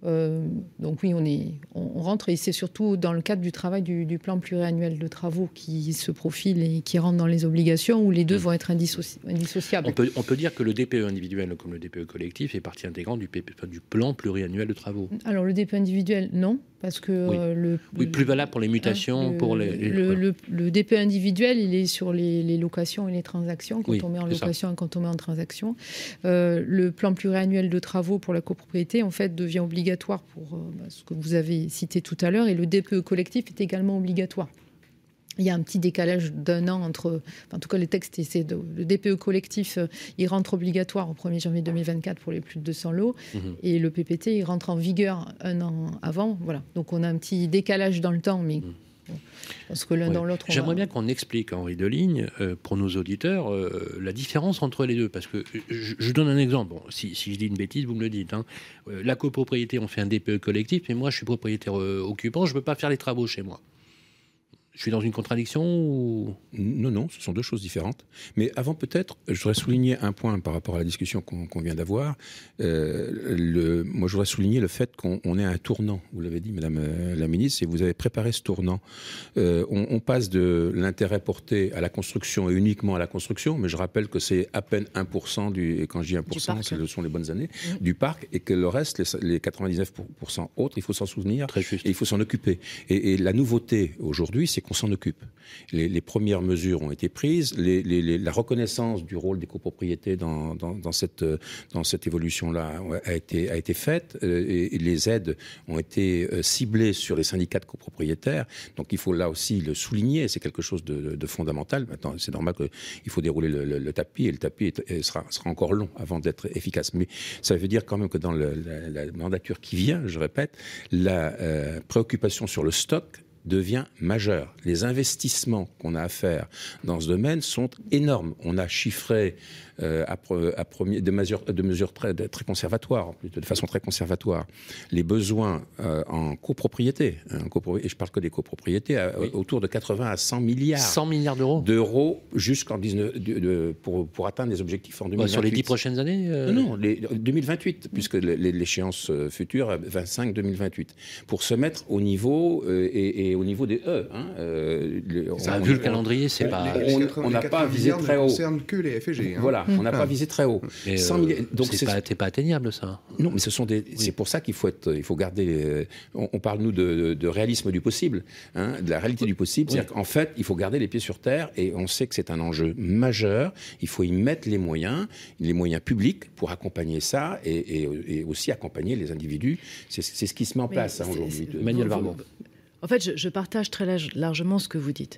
S7: Donc oui, on rentre, et c'est surtout dans le cadre du travail du plan pluriannuel de travaux qui se profile et qui rentre dans les obligations, où les deux vont être indissociables.
S2: On peut dire que le DPE individuel comme le DPE collectif est partie intégrante du plan pluriannuel de travaux.
S7: Alors le DPE individuel, non, parce que
S2: plus valable pour les mutations,
S7: le DPE individuel, il est sur les locations et les transactions, quand on met en location et quand on met en transaction. Le plan pluriannuel de travaux pour la copropriété, en fait, devient obligatoire pour ce que vous avez cité tout à l'heure, et le DPE collectif est également obligatoire. Il y a un petit décalage d'1 an entre... en tout cas, les textes essaient le DPE collectif, il rentre obligatoire au 1er janvier 2024 pour les plus de 200 lots, et le PPT, il rentre en vigueur 1 an avant. Voilà. Donc, on a un petit décalage dans le temps, mais... Parce que l'un dans l'autre.
S2: J'aimerais bien qu'on explique, Henri Deligne, pour nos auditeurs, la différence entre les deux. Parce que je donne un exemple. Bon, si je dis une bêtise, vous me le dites. Hein. La copropriété, on fait un DPE collectif, mais moi, je suis propriétaire occupant, je ne peux pas faire les travaux chez moi. Je suis dans une contradiction ou...
S5: Non, ce sont deux choses différentes. Mais avant, peut-être, je voudrais souligner un point par rapport à la discussion qu'on vient d'avoir. Moi, je voudrais souligner le fait qu'on est à un tournant. Vous l'avez dit, Madame la Ministre, et vous avez préparé ce tournant. On passe de l'intérêt porté à la construction et uniquement à la construction, mais je rappelle que c'est à peine 1% et quand je dis 1%, ce sont les bonnes années, du parc, et que le reste, les 99% autres, il faut s'en souvenir et il faut s'en occuper. Et la nouveauté aujourd'hui, c'est c'est qu'on s'en occupe. Les premières mesures ont été prises, la reconnaissance du rôle des copropriétés dans cette évolution-là a été faite, et les aides ont été ciblées sur les syndicats de copropriétaires. Donc il faut là aussi le souligner, c'est quelque chose de fondamental. Maintenant, c'est normal qu'il faut dérouler le tapis, et le tapis sera encore long avant d'être efficace. Mais ça veut dire quand même que dans la mandature qui vient, je répète, la préoccupation sur le stock devient majeure. Les investissements qu'on a à faire dans ce domaine sont énormes. On a chiffré de mesures très conservatoires, de façon très conservatoire, les besoins en copropriété. Et je parle que des copropriétés, autour de 80 à 100 milliards.
S2: 100 milliards d'euros
S5: jusqu'en pour atteindre les objectifs en 2028.
S2: Sur les 10 prochaines années
S5: Non, 2028, puisque l'échéance future, 25-2028, pour se mettre au niveau et au niveau des
S2: vu le calendrier, c'est pas...
S5: On n'a pas visé très haut.
S4: Ça ne concerne que les FG.
S5: Voilà, on n'a pas visé très haut.
S2: Mais 100 milliards, donc c'est pas atteignable, ça.
S5: Non, mais c'est pour ça qu'il faut garder... On parle, nous, de réalisme du possible, de la réalité du possible. C'est-à-dire qu'en fait, il faut garder les pieds sur terre, et on sait que c'est un enjeu majeur. Il faut y mettre les moyens publics pour accompagner ça, et aussi accompagner les individus. C'est ce qui se met en place aujourd'hui.
S2: Manuel Warmont.
S3: En fait, je partage très largement ce que vous dites.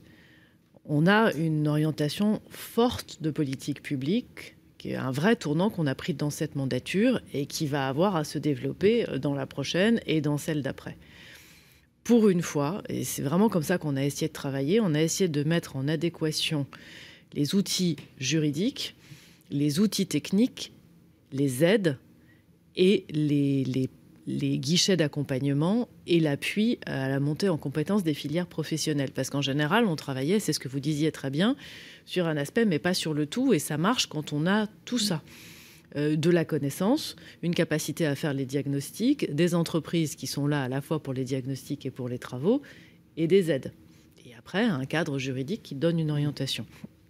S3: On a une orientation forte de politique publique, qui est un vrai tournant qu'on a pris dans cette mandature et qui va avoir à se développer dans la prochaine et dans celle d'après. Pour une fois, et c'est vraiment comme ça qu'on a essayé de travailler, on a essayé de mettre en adéquation les outils juridiques, les outils techniques, les aides et les guichets d'accompagnement et l'appui à la montée en compétences des filières professionnelles. Parce qu'en général, on travaillait, c'est ce que vous disiez très bien, sur un aspect, mais pas sur le tout. Et ça marche quand on a tout ça. De la connaissance, une capacité à faire les diagnostics, des entreprises qui sont là à la fois pour les diagnostics et pour les travaux, et des aides. Et après, un cadre juridique qui donne une orientation.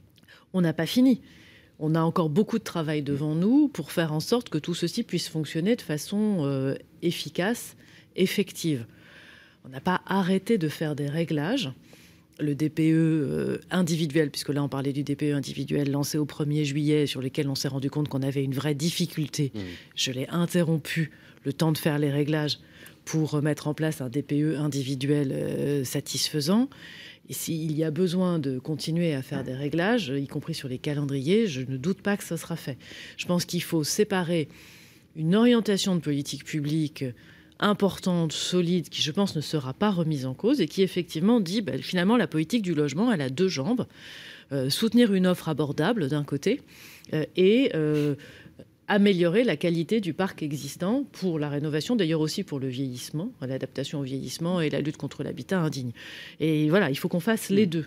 S3: On n'a pas fini. On a encore beaucoup de travail devant nous pour faire en sorte que tout ceci puisse fonctionner de façon efficace, effective. On n'a pas arrêté de faire des réglages. Le DPE individuel, puisque là on parlait du DPE individuel lancé au 1er juillet, sur lequel on s'est rendu compte qu'on avait une vraie difficulté. Je l'ai interrompu le temps de faire les réglages pour mettre en place un DPE individuel satisfaisant. Et s'il y a besoin de continuer à faire des réglages, y compris sur les calendriers, je ne doute pas que ce sera fait. Je pense qu'il faut séparer une orientation de politique publique importante, solide, qui, je pense, ne sera pas remise en cause et qui, effectivement, dit finalement, la politique du logement, elle a deux jambes. Soutenir une offre abordable, d'un côté, et améliorer la qualité du parc existant pour la rénovation, d'ailleurs aussi pour le vieillissement, l'adaptation au vieillissement et la lutte contre l'habitat indigne. Et voilà, il faut qu'on fasse les deux.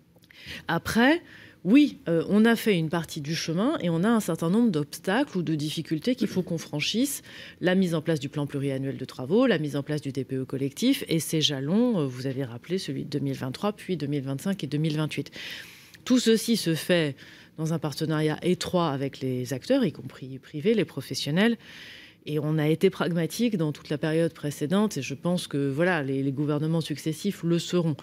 S3: Après, oui, on a fait une partie du chemin et on a un certain nombre d'obstacles ou de difficultés qu'il faut qu'on franchisse. La mise en place du plan pluriannuel de travaux, la mise en place du DPE collectif et ses jalons, vous avez rappelé celui de 2023, puis 2025 et 2028. Tout ceci se fait dans un partenariat étroit avec les acteurs, y compris privés, les professionnels. Et on a été pragmatique dans toute la période précédente, et je pense que voilà, les gouvernements successifs le seront.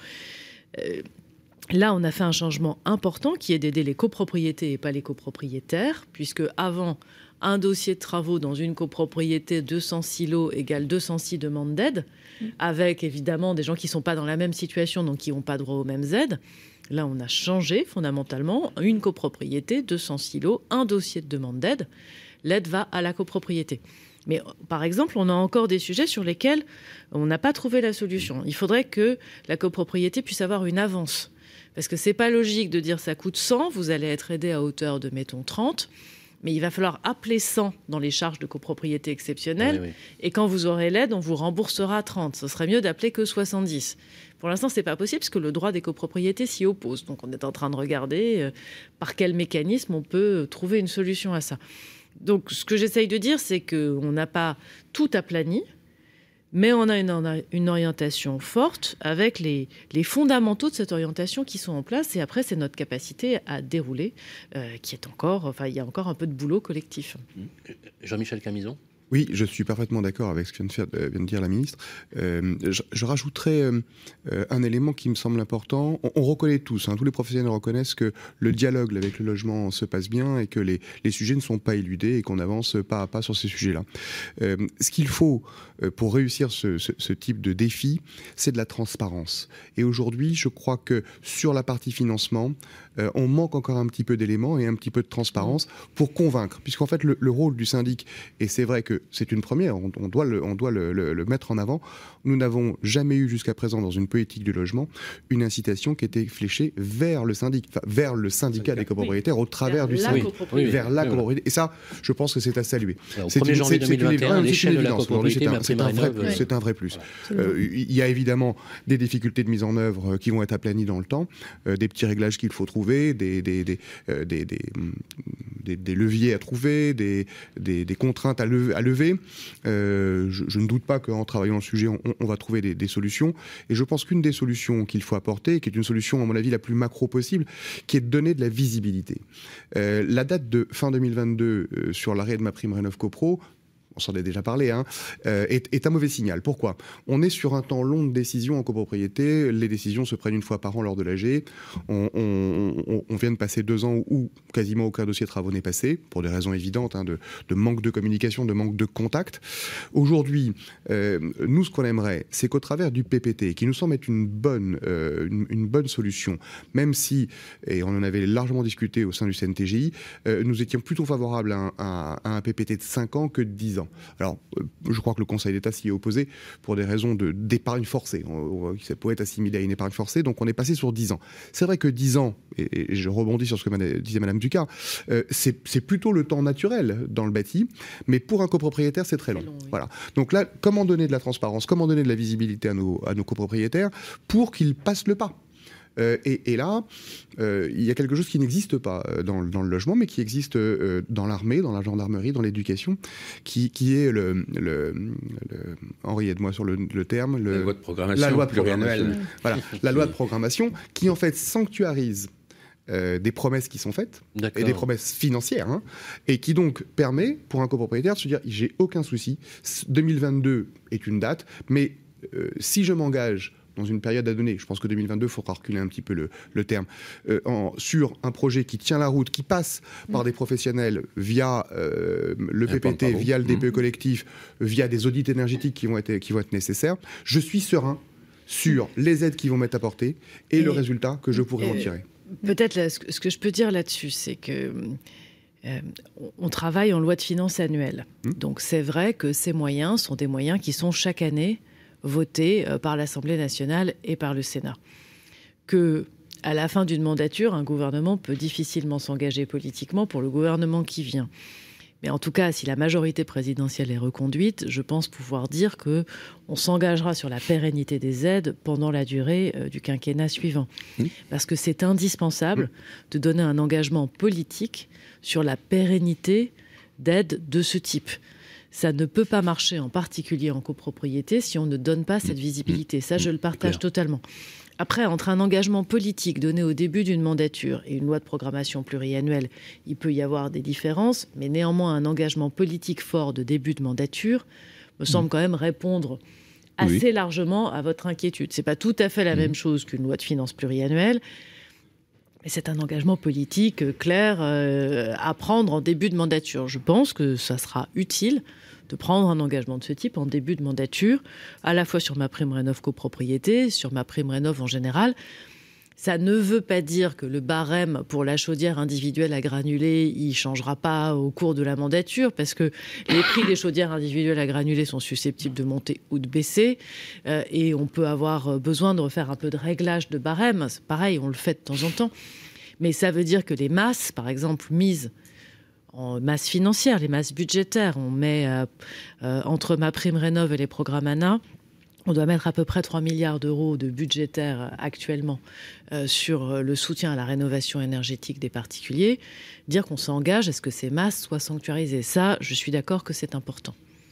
S3: Là, on a fait un changement important qui est d'aider les copropriétés et pas les copropriétaires, puisque avant, un dossier de travaux dans une copropriété, 200 silos égale 206 demandes d'aide, avec évidemment des gens qui ne sont pas dans la même situation, donc qui n'ont pas droit aux mêmes aides. Là, on a changé fondamentalement. Une copropriété, 200 silos, un dossier de demande d'aide. L'aide va à la copropriété. Mais par exemple, on a encore des sujets sur lesquels on n'a pas trouvé la solution. Il faudrait que la copropriété puisse avoir une avance. Parce que ce n'est pas logique de dire ça coûte 100, vous allez être aidé à hauteur de, mettons, 30. Mais il va falloir appeler 100 dans les charges de copropriété exceptionnelles. Oui. Et quand vous aurez l'aide, on vous remboursera 30. Ce serait mieux d'appeler que 70. Pour l'instant, ce n'est pas possible parce que le droit des copropriétés s'y oppose. Donc on est en train de regarder par quel mécanisme on peut trouver une solution à ça. Donc ce que j'essaye de dire, c'est qu'on n'a pas tout aplani, mais on a une orientation forte avec les fondamentaux de cette orientation qui sont en place. Et après, c'est notre capacité à dérouler qui est encore... Enfin, il y a encore un peu de boulot collectif.
S2: Jean-Michel Camison ?
S4: Oui, je suis parfaitement d'accord avec ce que vient de dire la ministre. Je rajouterais un élément qui me semble important. On reconnaît tous, tous les professionnels reconnaissent que le dialogue avec le logement se passe bien et que les sujets ne sont pas éludés et qu'on avance pas à pas sur ces sujets-là. Ce qu'il faut pour réussir ce type de défi, c'est de la transparence. Et aujourd'hui, je crois que sur la partie financement, on manque encore un petit peu d'éléments et un petit peu de transparence pour convaincre. Puisqu'en fait, le rôle du syndic, et c'est vrai que c'est une première, on doit le mettre en avant, nous n'avons jamais eu jusqu'à présent dans une politique du logement une incitation qui était fléchée vers le syndic, vers le syndicat des copropriétaires au travers du syndic, vers la copropriété. Et ça, je pense que c'est à saluer.
S2: Alors, au 1er janvier 2021, l'échelle de la copropriété,
S4: c'est un vrai plus. Il y a évidemment des difficultés de mise en œuvre qui vont être aplanies dans le temps, des petits réglages qu'il faut trouver, des leviers à trouver, des contraintes à lever. Je ne doute pas qu'en travaillant le sujet, on va trouver des solutions. Et je pense qu'une des solutions qu'il faut apporter, qui est une solution, à mon avis, la plus macro possible, qui est de donner de la visibilité. La date de fin 2022 sur l'arrêt de MaPrimeRénov'-Copro, on s'en est déjà parlé, est un mauvais signal. Pourquoi ? On est sur un temps long de décision en copropriété. Les décisions se prennent une fois par an lors de l'AG. On vient de passer 2 ans où quasiment aucun dossier de travaux n'est passé, pour des raisons évidentes, de manque de communication, de manque de contact. Aujourd'hui, nous, ce qu'on aimerait, c'est qu'au travers du PPT, qui nous semble être une bonne solution, même si, et on en avait largement discuté au sein du CNTGI, nous étions plutôt favorables à un PPT de 5 ans que de 10 ans. Alors, je crois que le Conseil d'État s'y est opposé pour des raisons d'épargne forcée. Ça peut être assimilé à une épargne forcée, donc on est passé sur 10 ans. C'est vrai que 10 ans, et je rebondis sur ce que disait Madame Ducard, c'est plutôt le temps naturel dans le bâti, mais pour un copropriétaire, c'est très long. Oui. Voilà. Donc là, comment donner de la transparence, comment donner de la visibilité à nos copropriétaires pour qu'ils passent le pas ? Et là, il y a quelque chose qui n'existe pas dans le logement, mais qui existe dans l'armée, dans la gendarmerie, dans l'éducation, qui est Henri, aide-moi sur le terme.
S5: La loi de programmation pluriannuelle.
S4: Voilà, la loi de programmation qui, en fait, sanctuarise des promesses qui sont faites, et des promesses financières, et qui donc permet, pour un copropriétaire, de se dire, j'ai aucun souci, 2022 est une date, mais si je m'engage dans une période à donner, je pense que 2022, il faudra reculer un petit peu le terme, sur un projet qui tient la route, qui passe par des professionnels via le PPT, via le DPE collectif, via des audits énergétiques qui vont être nécessaires, je suis serein sur les aides qui vont m'être apportées et le résultat que je pourrai en tirer.
S3: Peut-être ce que je peux dire là-dessus, c'est que on travaille en loi de finances annuelle. Donc c'est vrai que ces moyens sont des moyens qui sont chaque année votés par l'Assemblée nationale et par le Sénat. Que, à la fin d'une mandature, un gouvernement peut difficilement s'engager politiquement pour le gouvernement qui vient. Mais en tout cas, si la majorité présidentielle est reconduite, je pense pouvoir dire qu'on s'engagera sur la pérennité des aides pendant la durée du quinquennat suivant. Parce que c'est indispensable de donner un engagement politique sur la pérennité d'aides de ce type. Ça ne peut pas marcher, en particulier en copropriété, si on ne donne pas cette visibilité. Ça, je le partage totalement. Après, entre un engagement politique donné au début d'une mandature et une loi de programmation pluriannuelle, il peut y avoir des différences, mais néanmoins, un engagement politique fort de début de mandature me semble quand même répondre assez largement à votre inquiétude. Ce n'est pas tout à fait la même chose qu'une loi de finances pluriannuelle, mais c'est un engagement politique clair à prendre en début de mandature. Je pense que ça sera utile de prendre un engagement de ce type en début de mandature, à la fois sur MaPrimeRénov' copropriété, sur MaPrimeRénov' en général. Ça ne veut pas dire que le barème pour la chaudière individuelle à granulés, il ne changera pas au cours de la mandature, parce que les prix des chaudières individuelles à granulés sont susceptibles de monter ou de baisser, et on peut avoir besoin de refaire un peu de réglage de barème. C'est pareil, on le fait de temps en temps. Mais ça veut dire que les masses, par exemple, mises en masse financière, les masses budgétaires, on met entre MaPrimeRénov' et les programmes ANA, on doit mettre à peu près 3 milliards d'euros de budgétaire actuellement sur le soutien à la rénovation énergétique des particuliers. Dire qu'on s'engage à ce que ces masses soient sanctuarisées, ça, je suis d'accord que c'est important.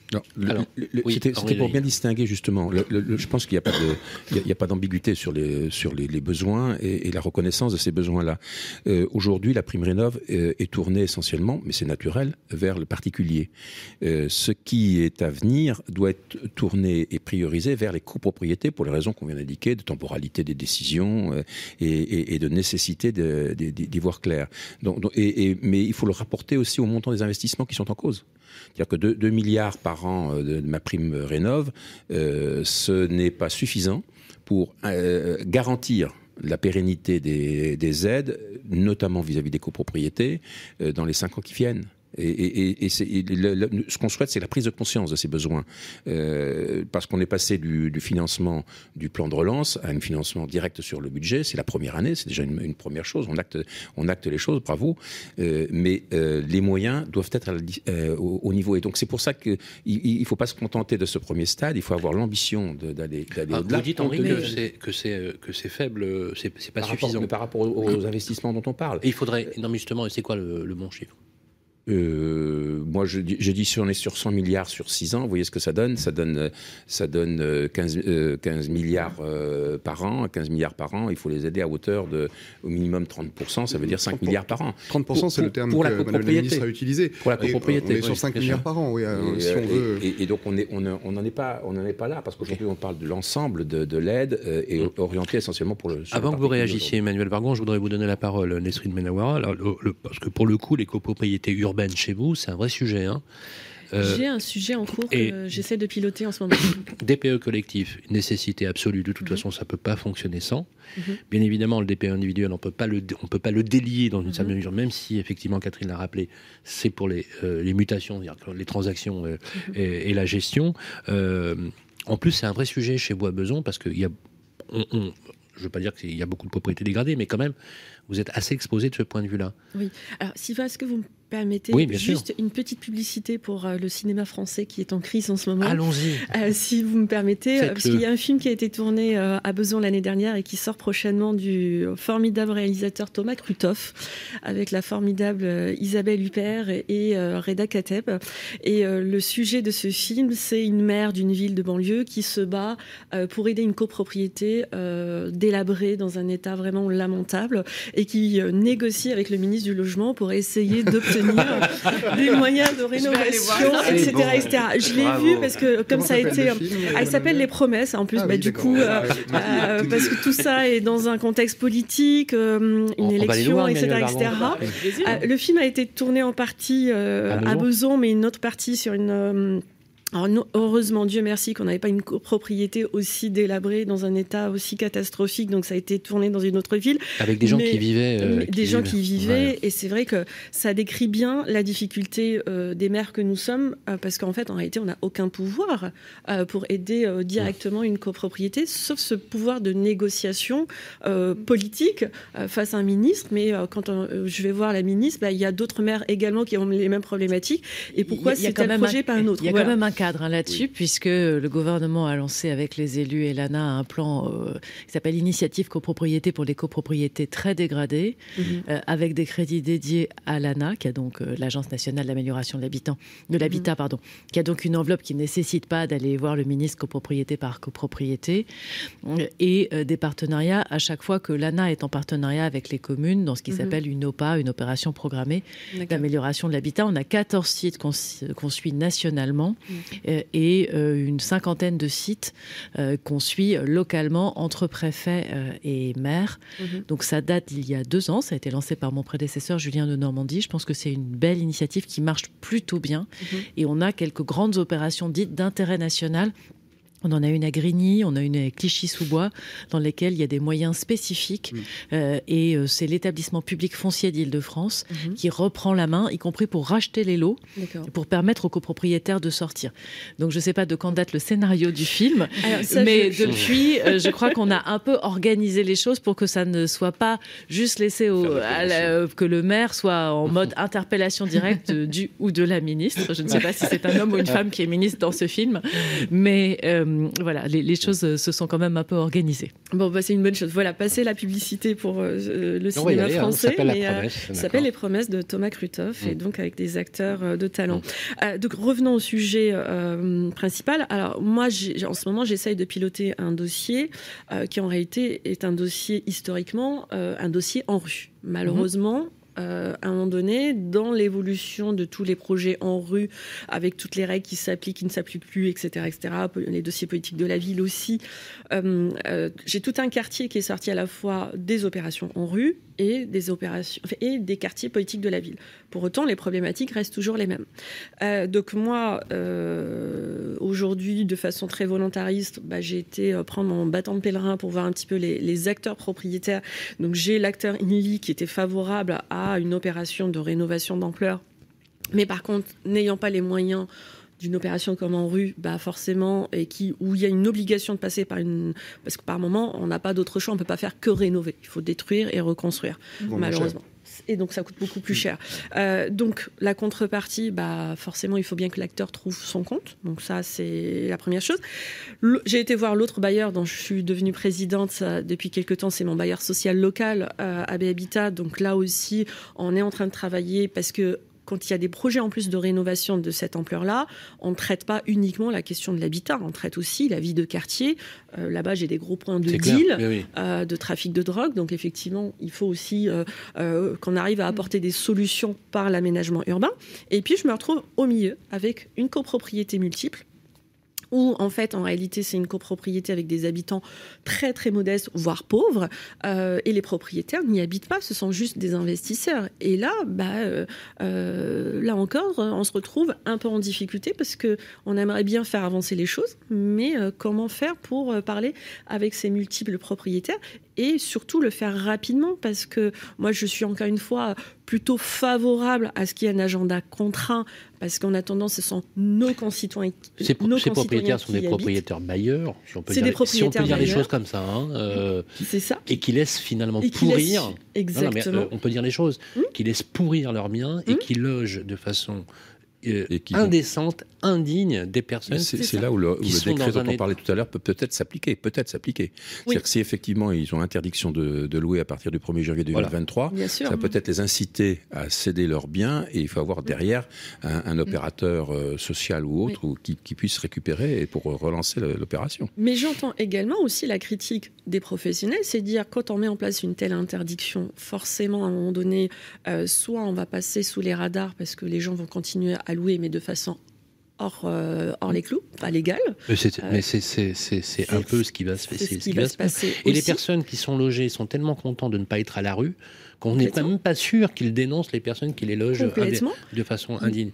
S5: C'était pour bien distinguer justement. Je pense qu'il n'y a pas d'ambiguïté sur les besoins et la reconnaissance de ces besoins-là. Aujourd'hui, la prime rénov est tournée essentiellement, mais c'est naturel, vers le particulier. Ce qui est à venir doit être tourné et priorisé vers les copropriétés pour les raisons qu'on vient d'indiquer, de temporalité des décisions et de nécessité d'y voir clair. Mais il faut le rapporter aussi au montant des investissements qui sont en cause. C'est-à-dire que 2 milliards par an de ma prime rénov, ce n'est pas suffisant pour garantir la pérennité des aides, notamment vis-à-vis des copropriétés, dans les 5 ans qui viennent. Ce qu'on souhaite, c'est la prise de conscience de ces besoins. Parce qu'on est passé du financement du plan de relance à un financement direct sur le budget. C'est la première année, c'est déjà une première chose. On acte les choses, bravo. Mais les moyens doivent être au niveau. Et donc c'est pour ça qu'il ne faut pas se contenter de ce premier stade. Il faut avoir l'ambition d'aller au-delà.
S2: Vous dites, Henri, que c'est faible, c'est pas suffisant.
S5: Mais par rapport aux investissements dont on parle.
S2: Et il faudrait... Non, mais justement, c'est quoi le bon chiffre ?
S5: Moi, je dis si on est sur 100 milliards sur 6 ans, vous voyez ce que ça donne ? Ça donne 15 milliards par an. 15 milliards par an, il faut les aider à hauteur de au minimum 30%, ça veut dire 5 milliards par an.
S4: 30%, c'est le terme
S5: pour
S4: que
S5: la
S4: Madame la ministre a utilisé.
S5: Pour la copropriété.
S4: On est sur 5 milliards par an, oui, si on veut.
S5: Et donc, on n'en est pas là, parce qu'aujourd'hui, on parle de l'ensemble de l'aide et orientée essentiellement pour le...
S2: Avant que vous réagissiez, Emmanuel Vargon, je voudrais vous donner la parole, Nesrine Menawara, parce que pour le coup, les copropriétés urbaines chez vous, c'est un vrai sujet.
S6: J'ai un sujet en cours que j'essaie de piloter en ce moment.
S2: DPE collectif, nécessité absolue. De toute façon, ça ne peut pas fonctionner sans. Bien évidemment, le DPE individuel, on ne peut pas le délier dans une certaine mesure, même si, effectivement, Catherine l'a rappelé, c'est pour les mutations, les transactions et la gestion. En plus, c'est un vrai sujet chez Bois-Beson, parce qu'il y a... je ne veux pas dire qu'il y a beaucoup de propriétés dégradées, mais quand même, vous êtes assez exposé de ce point de vue-là.
S6: Oui. Alors, Sylvain, est-ce que vous me permettez juste une petite publicité pour le cinéma français qui est en crise en ce moment ?
S2: Allons-y.
S6: Si vous me permettez, parce qu'il y a un film qui a été tourné à Besançon l'année dernière et qui sort prochainement du formidable réalisateur Thomas Krutoff, avec la formidable Isabelle Huppert et Reda Kateb. Et le sujet de ce film, c'est une maire d'une ville de banlieue qui se bat pour aider une copropriété délabrée dans un état vraiment lamentable et qui négocie avec le ministre du Logement pour essayer d'obtenir des moyens de rénovation, etc., etc. Je l'ai vu parce que comme ça a été... elle s'appelle Les Promesses, en plus, du coup, parce que tout ça est dans un contexte politique, une élection, etc., etc. Le film a été tourné en partie à Besançon, mais une autre partie sur une... Alors, heureusement, Dieu merci, qu'on n'avait pas une copropriété aussi délabrée dans un état aussi catastrophique, donc ça a été tourné dans une autre ville.
S2: Avec des gens qui vivaient.
S6: Qui vivaient, et c'est vrai que ça décrit bien la difficulté des maires que nous sommes, parce qu'en fait, en réalité, on n'a aucun pouvoir pour aider directement une copropriété, sauf ce pouvoir de négociation politique face à un ministre. Mais quand je vais voir la ministre, il y a d'autres maires également qui ont les mêmes problématiques. Et pourquoi c'est tel projet, pas un autre ?
S7: Il y a quand même un cadre là-dessus, puisque le gouvernement a lancé avec les élus et l'ANA un plan qui s'appelle Initiative copropriété pour les copropriétés très dégradées, avec des crédits dédiés à l'ANA, qui a donc l'Agence nationale d'amélioration de l'habitat, qui a donc une enveloppe qui ne nécessite pas d'aller voir le ministre copropriété par copropriété, et des partenariats à chaque fois que l'ANA est en partenariat avec les communes dans ce qui s'appelle une OPA, une opération programmée d'amélioration de l'habitat. On a 14 sites qu'on suit nationalement. Et une cinquantaine de sites qu'on suit localement entre préfets et maires. Donc ça date d'il y a 2 ans, ça a été lancé par mon prédécesseur Julien de Normandie. Je pense que c'est une belle initiative qui marche plutôt bien. Et on a quelques grandes opérations dites d'intérêt national. On en a une à Grigny, on a une à Clichy-sous-Bois, dans lesquelles il y a des moyens spécifiques. Et c'est l'établissement public foncier d'Île-de-France qui reprend la main, y compris pour racheter les lots, pour permettre aux copropriétaires de sortir. Donc je ne sais pas de quand date le scénario du film, mais depuis, je crois qu'on a un peu organisé les choses pour que ça ne soit pas juste laissé que le maire soit en mode interpellation directe du ou de la ministre. Je ne sais pas si c'est un homme ou une femme qui est ministre dans ce film, mais
S3: voilà, les choses se sont quand même un peu organisées.
S6: Bon, c'est une bonne chose. Voilà, passer la publicité pour le cinéma français.
S2: Ça
S6: s'appelle Les Promesses de Thomas Krutoff, et donc avec des acteurs de talent. Donc revenons au sujet principal. Alors moi, en ce moment, j'essaye de piloter un dossier qui en réalité est un dossier historiquement, un dossier en rue. Malheureusement, à un moment donné, dans l'évolution de tous les projets en rue, avec toutes les règles qui s'appliquent, qui ne s'appliquent plus, etc., les dossiers politiques de la ville aussi, j'ai tout un quartier qui est sorti à la fois des opérations en rue et des quartiers politiques de la ville. Pour autant, les problématiques restent toujours les mêmes. Donc moi, aujourd'hui, de façon très volontariste, j'ai été prendre mon bâton de pèlerin pour voir un petit peu les acteurs propriétaires. Donc j'ai l'acteur Inly qui était favorable à une opération de rénovation d'ampleur, mais par contre, n'ayant pas les moyens d'une opération comme en rue, forcément, où il y a une obligation de passer parce que par moment, on n'a pas d'autre choix, on ne peut pas faire que rénover. Il faut détruire et reconstruire, malheureusement. Et donc, ça coûte beaucoup plus cher. Donc, la contrepartie, forcément, il faut bien que l'acteur trouve son compte. Donc, ça, c'est la première chose. J'ai été voir l'autre bailleur dont je suis devenue présidente depuis quelques temps. C'est mon bailleur social local, AB Habitat. Donc, là aussi, on est en train de travailler parce que quand il y a des projets en plus de rénovation de cette ampleur-là, on ne traite pas uniquement la question de l'habitat, on traite aussi la vie de quartier. Là-bas, j'ai des gros points de deal, de trafic de drogue. Donc effectivement, il faut aussi qu'on arrive à apporter des solutions par l'aménagement urbain. Et puis, je me retrouve au milieu avec une copropriété multiple, où en fait, en réalité, c'est une copropriété avec des habitants très très modestes, voire pauvres, et les propriétaires n'y habitent pas, ce sont juste des investisseurs. Et là, là encore, on se retrouve un peu en difficulté parce que on aimerait bien faire avancer les choses, mais comment faire pour parler avec ces multiples propriétaires et surtout le faire rapidement, parce que moi, je suis encore une fois plutôt favorable à ce qu'il y ait un agenda contraint, parce qu'en attendant, ce sont nos concitoyens.
S2: Ces propriétaires sont des propriétaires bailleurs, si on peut dire les choses comme ça.
S6: C'est ça.
S2: Et qui laissent finalement pourrir.
S6: Exactement.
S2: On peut dire les choses. Qui laissent pourrir leurs biens et qui logent de façon indécente, indigne des personnes.
S5: C'est là où le décret dont on parlait tout à l'heure peut-être s'appliquer. C'est-à-dire que si effectivement ils ont interdiction de louer à partir du 1er janvier 2023, ça peut peut-être les inciter à céder leurs biens, et il faut avoir derrière un opérateur social ou autre qui puisse récupérer pour relancer l'opération.
S6: Mais j'entends également aussi la critique des professionnels, c'est dire quand on met en place une telle interdiction, forcément à un moment donné, soit on va passer sous les radars parce que les gens vont continuer à louer, mais de façon hors les clous, pas légale.
S2: Mais c'est un peu ce qui va se passer. Et les personnes qui sont logées sont tellement contents de ne pas être à la rue qu'on n'est même pas sûr qu'ils dénoncent les personnes qui les logent de façon indigne.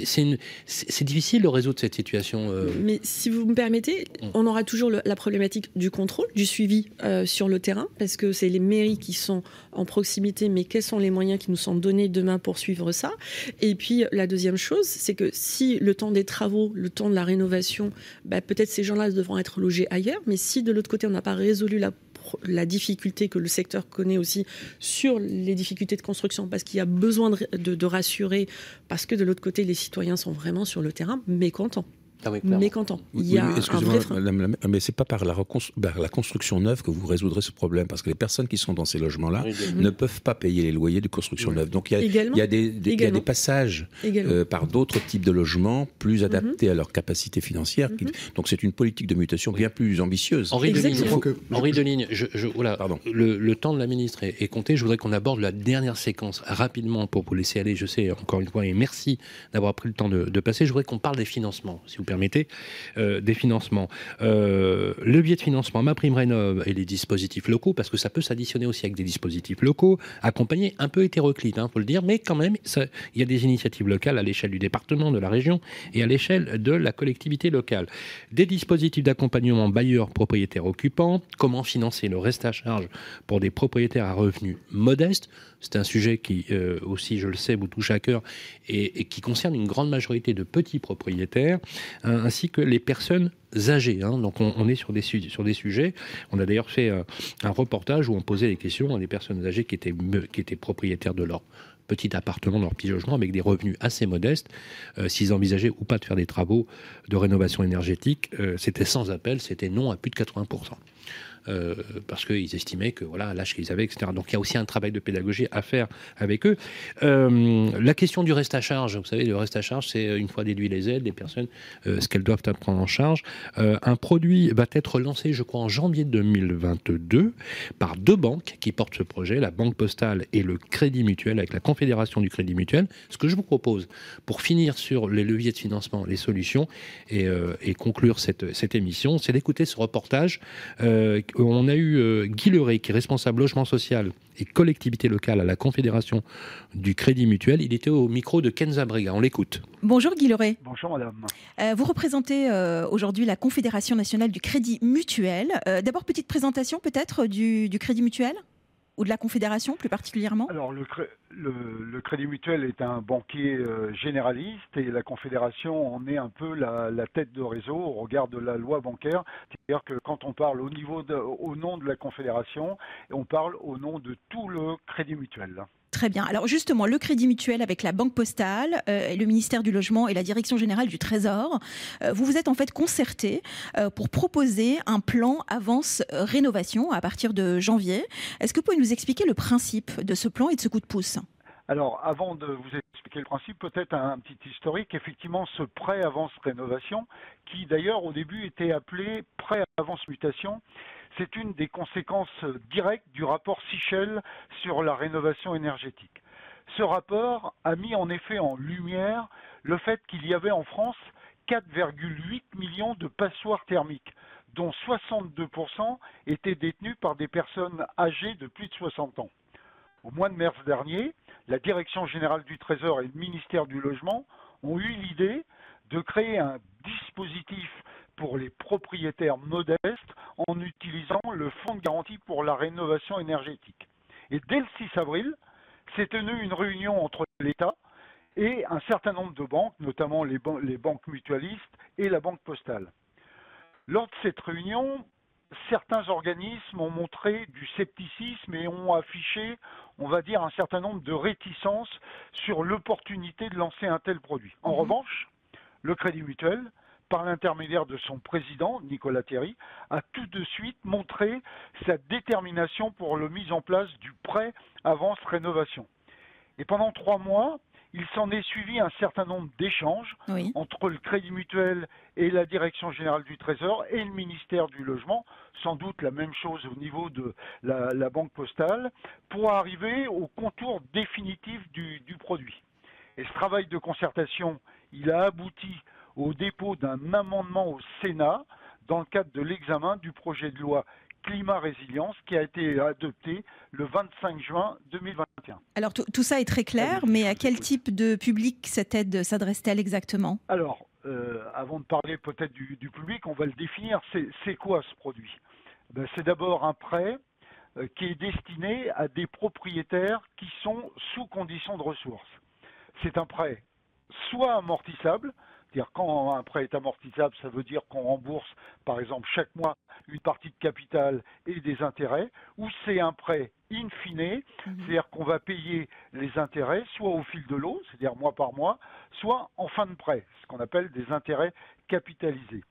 S2: C'est difficile de résoudre cette situation.
S6: Mais si vous me permettez, on aura toujours la problématique du contrôle, du suivi sur le terrain, parce que c'est les mairies qui sont en proximité, mais quels sont les moyens qui nous sont donnés demain pour suivre ça? Et puis la deuxième chose, c'est que si le temps des travaux, le temps de la rénovation, peut-être ces gens-là devront être logés ailleurs, mais si de l'autre côté on n'a pas résolu la difficulté que le secteur connaît aussi sur les difficultés de construction, parce qu'il y a besoin de rassurer, parce que de l'autre côté, les citoyens sont vraiment sur le terrain mécontents. Mécontents. Il y a un vrai frein.
S5: Mais c'est pas par la construction neuve que vous résoudrez ce problème, parce que les personnes qui sont dans ces logements-là ne peuvent pas payer les loyers de construction neuve. Donc il y a des passages par d'autres types de logements plus adaptés à leur capacité financière. Donc c'est une politique de mutation bien plus ambitieuse.
S2: Henri Deligne, le temps de la ministre est compté. Je voudrais qu'on aborde la dernière séquence rapidement pour vous laisser aller. Je sais, encore une fois, et merci d'avoir pris le temps de passer. Je voudrais qu'on parle des financements, si vous permettez, des financements. Le biais de financement, MaPrimeRénov' et les dispositifs locaux, parce que ça peut s'additionner aussi avec des dispositifs locaux, accompagnés, un peu hétéroclites, faut le dire, mais quand même, il y a des initiatives locales à l'échelle du département, de la région et à l'échelle de la collectivité locale. Des dispositifs d'accompagnement bailleurs, propriétaires, occupants, comment financer le reste à charge pour des propriétaires à revenus modestes. C'est un sujet qui, aussi, je le sais, vous touche à cœur et qui concerne une grande majorité de petits propriétaires, ainsi que les personnes âgées. Donc on est sur des sujets. On a d'ailleurs fait un reportage où on posait les questions à des personnes âgées qui étaient propriétaires de leur petit appartement, dans leur petit logement, avec des revenus assez modestes. S'ils envisageaient ou pas de faire des travaux de rénovation énergétique, c'était sans appel, c'était non à plus de 80%. Parce qu'ils estimaient que voilà l'âge qu'ils avaient, etc. Donc il y a aussi un travail de pédagogie à faire avec eux. La question du reste à charge, vous savez, le reste à charge, c'est une fois déduit les aides, les personnes, ce qu'elles doivent prendre en charge. Un produit va être lancé, je crois, en janvier 2022 par 2 banques qui portent ce projet, la Banque Postale et le Crédit Mutuel, avec la Confédération du Crédit Mutuel. Ce que je vous propose, pour finir sur les leviers de financement, les solutions, et conclure cette émission, c'est d'écouter ce reportage. On a eu Guy Leray, qui est responsable logement social et collectivité locale à la Confédération du Crédit Mutuel. Il était au micro de Kenza Brega. On l'écoute.
S8: Bonjour Guy Leray.
S9: Bonjour madame.
S8: Vous représentez aujourd'hui la Confédération nationale du Crédit Mutuel. D'abord, petite présentation peut-être du Crédit Mutuel ou de la Confédération plus particulièrement.
S9: Alors le Crédit Mutuel est un banquier généraliste et la Confédération en est un peu la tête de réseau au regard de la loi bancaire. C'est-à-dire que quand on parle au nom de la Confédération, on parle au nom de tout le Crédit Mutuel.
S8: Très bien. Alors justement, le Crédit Mutuel avec la Banque Postale, le ministère du Logement et la Direction Générale du Trésor, vous vous êtes en fait concertés pour proposer un plan avance rénovation à partir de janvier. Est-ce que vous pouvez nous expliquer le principe de ce plan et de ce coup de pouce ?
S9: Alors, avant de vous expliquer le principe, peut-être un petit historique. Effectivement, ce prêt avance rénovation, qui d'ailleurs au début était appelé prêt avance mutation, c'est une des conséquences directes du rapport Sichel sur la rénovation énergétique. Ce rapport a mis en effet en lumière le fait qu'il y avait en France 4,8 millions de passoires thermiques, dont 62% étaient détenus par des personnes âgées de plus de 60 ans. Au mois de mars dernier, la Direction générale du Trésor et le ministère du Logement ont eu l'idée de créer un dispositif pour les propriétaires modestes en utilisant le fonds de garantie pour la rénovation énergétique. Et dès le 6 avril, s'est tenue une réunion entre l'État et un certain nombre de banques, notamment les banques mutualistes et la Banque Postale. Lors de cette réunion, certains organismes ont montré du scepticisme et ont affiché, on va dire, un certain nombre de réticences sur l'opportunité de lancer un tel produit. En revanche, le Crédit Mutuel, par l'intermédiaire de son président, Nicolas Thierry, a tout de suite montré sa détermination pour la mise en place du prêt avance rénovation. Et pendant 3 mois, il s'en est suivi un certain nombre d'échanges entre le Crédit Mutuel et la Direction générale du Trésor et le ministère du Logement, sans doute la même chose au niveau de la Banque Postale, pour arriver au contour définitif du produit. Et ce travail de concertation, il a abouti au dépôt d'un amendement au Sénat dans le cadre de l'examen du projet de loi Climat Résilience qui a été adopté le 25 juin 2021.
S8: Alors tout ça est très clair, mais à quel type de public cette aide s'adresse-t-elle exactement ?
S9: Alors, avant de parler peut-être du public, on va le définir. C'est quoi ce produit ? C'est d'abord un prêt qui est destiné à des propriétaires qui sont sous conditions de ressources. C'est un prêt soit amortissable, c'est-à-dire quand un prêt est amortissable, ça veut dire qu'on rembourse par exemple chaque mois une partie de capital et des intérêts, ou c'est un prêt in fine, c'est-à-dire qu'on va payer les intérêts soit au fil de l'eau, c'est-à-dire mois par mois, soit en fin de prêt, ce qu'on appelle des intérêts capitalisés.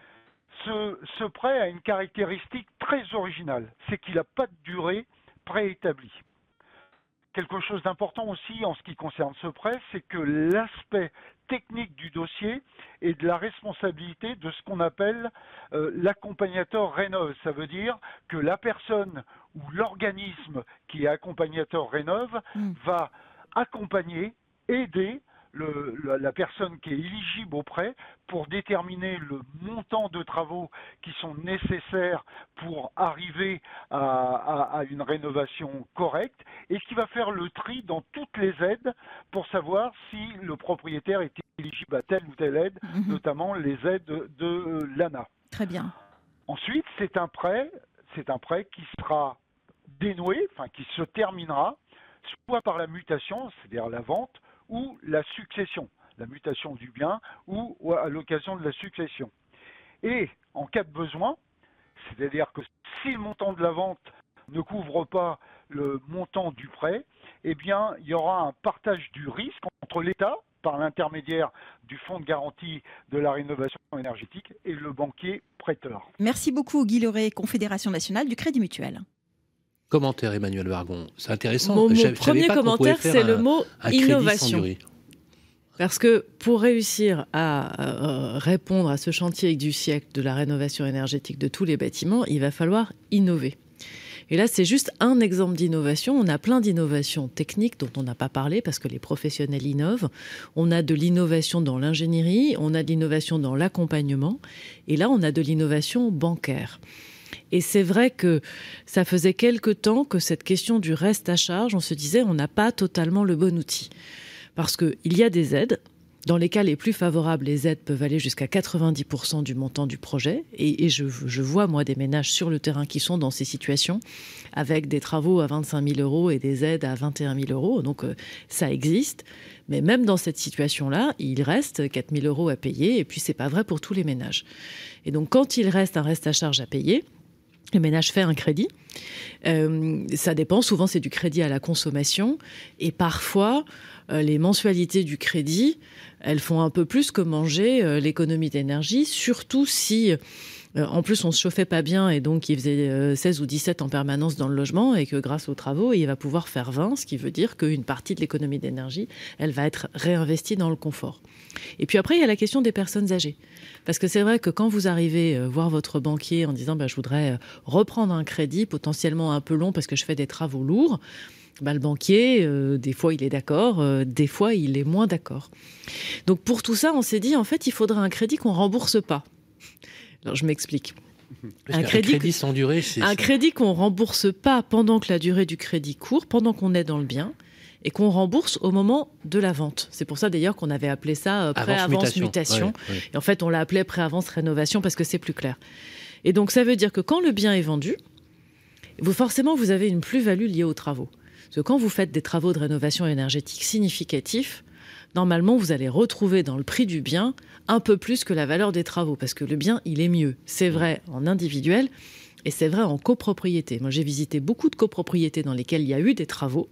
S9: Ce prêt a une caractéristique très originale, c'est qu'il n'a pas de durée préétablie. Quelque chose d'important aussi en ce qui concerne ce prêt, c'est que l'aspect technique du dossier est de la responsabilité de ce qu'on appelle l'accompagnateur rénove. Ça veut dire que la personne ou l'organisme qui est accompagnateur rénove va accompagner, aider la personne qui est éligible au prêt pour déterminer le montant de travaux qui sont nécessaires pour arriver à une rénovation correcte et qui va faire le tri dans toutes les aides pour savoir si le propriétaire est éligible à telle ou telle aide, notamment les aides de l'ANA.
S8: Très bien.
S9: Ensuite, c'est un prêt qui sera dénoué, enfin qui se terminera soit par la mutation, c'est-à-dire la vente, ou la succession, la mutation du bien, ou à l'occasion de la succession. Et en cas de besoin, c'est-à-dire que si le montant de la vente ne couvre pas le montant du prêt, eh bien, il y aura un partage du risque entre l'État, par l'intermédiaire du fonds de garantie de la rénovation énergétique, et le banquier prêteur.
S8: Merci beaucoup Guy Leray, Confédération nationale du Crédit Mutuel.
S2: Commentaire Emmanuel Vargon, c'est intéressant.
S3: Mon premier commentaire, c'est le mot innovation. Parce que pour réussir à répondre à ce chantier du siècle de la rénovation énergétique de tous les bâtiments, il va falloir innover. Et là, c'est juste un exemple d'innovation. On a plein d'innovations techniques dont on n'a pas parlé parce que les professionnels innovent. On a de l'innovation dans l'ingénierie, on a de l'innovation dans l'accompagnement. Et là, on a de l'innovation bancaire. Et c'est vrai que ça faisait quelque temps que cette question du reste à charge, on se disait, on n'a pas totalement le bon outil. Parce qu'il y a des aides. Dans les cas les plus favorables, les aides peuvent aller jusqu'à 90% du montant du projet. Et je vois, moi, des ménages sur le terrain qui sont dans ces situations, avec des travaux à 25 000 euros et des aides à 21 000 euros. Donc, ça existe. Mais même dans cette situation-là, il reste 4 000 euros à payer. Et puis, c'est pas vrai pour tous les ménages. Et donc, quand il reste un reste à charge à payer, le ménage fait un crédit. Ça dépend. Souvent, c'est du crédit à la consommation. Et parfois, les mensualités du crédit, elles font un peu plus que manger l'économie d'énergie, surtout si, en plus, on se chauffait pas bien et donc il faisait 16 ou 17 en permanence dans le logement et que grâce aux travaux, il va pouvoir faire 20, ce qui veut dire qu'une partie de l'économie d'énergie, elle va être réinvestie dans le confort. Et puis après, il y a la question des personnes âgées. Parce que c'est vrai que quand vous arrivez voir votre banquier en disant je voudrais reprendre un crédit potentiellement un peu long parce que je fais des travaux lourds, le banquier, des fois il est d'accord, des fois il est moins d'accord. Donc pour tout ça, on s'est dit en fait il faudrait un crédit qu'on rembourse pas. Alors je m'explique.
S2: Un crédit sans durée, c'est
S3: un crédit qu'on rembourse pas pendant que la durée du crédit court, pendant qu'on est dans le bien, et qu'on rembourse au moment de la vente. C'est pour ça d'ailleurs qu'on avait appelé ça prêt-avance mutation. Ouais. Et en fait, on l'a appelé prêt-avance rénovation parce que c'est plus clair. Et donc ça veut dire que quand le bien est vendu, forcément vous avez une plus-value liée aux travaux. Parce que quand vous faites des travaux de rénovation énergétique significatifs, normalement vous allez retrouver dans le prix du bien un peu plus que la valeur des travaux, parce que le bien, il est mieux. C'est vrai en individuel, et c'est vrai en copropriété. Moi, j'ai visité beaucoup de copropriétés dans lesquelles il y a eu des travaux,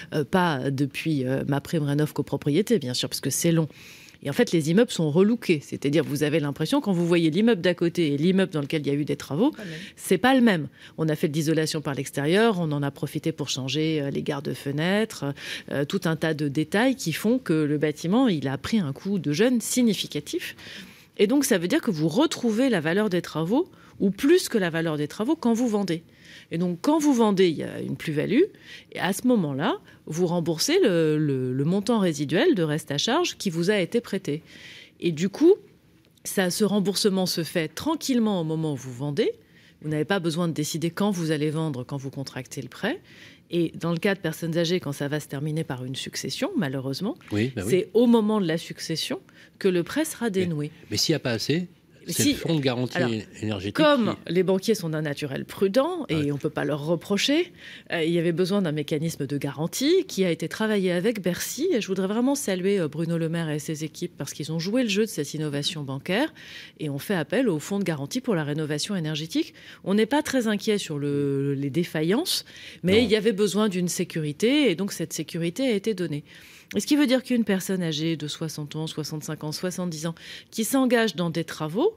S3: pas depuis ma prime rénov copropriété, bien sûr, parce que c'est long. Et en fait, les immeubles sont relookés. C'est-à-dire, vous avez l'impression, quand vous voyez l'immeuble d'à côté et l'immeuble dans lequel il y a eu des travaux, c'est pas le même. On a fait de l'isolation par l'extérieur, on en a profité pour changer les garde-fenêtres, tout un tas de détails qui font que le bâtiment, il a pris un coup de jeune significatif. Et donc, ça veut dire que vous retrouvez la valeur des travaux, ou plus que la valeur des travaux, quand vous vendez. Et donc, quand vous vendez, il y a une plus-value. Et à ce moment-là, vous remboursez le montant résiduel de reste à charge qui vous a été prêté. Et du coup, ce remboursement se fait tranquillement au moment où vous vendez. Vous n'avez pas besoin de décider quand vous allez vendre, quand vous contractez le prêt. Et dans le cas de personnes âgées, quand ça va se terminer par une succession, malheureusement, c'est au moment de la succession que le prêt sera dénoué.
S2: Mais s'il n'y a pas assez... C'est le fonds de garantie énergétique.
S3: Comme les banquiers sont d'un naturel prudent, et on ne peut pas leur reprocher, il y avait besoin d'un mécanisme de garantie qui a été travaillé avec Bercy. Et je voudrais vraiment saluer Bruno Le Maire et ses équipes parce qu'ils ont joué le jeu de cette innovation bancaire et ont fait appel au fonds de garantie pour la rénovation énergétique. On n'est pas très inquiet sur les défaillances, mais il y avait besoin d'une sécurité et donc cette sécurité a été donnée. Et ce qui veut dire qu'une personne âgée de 60 ans, 65 ans, 70 ans, qui s'engage dans des travaux,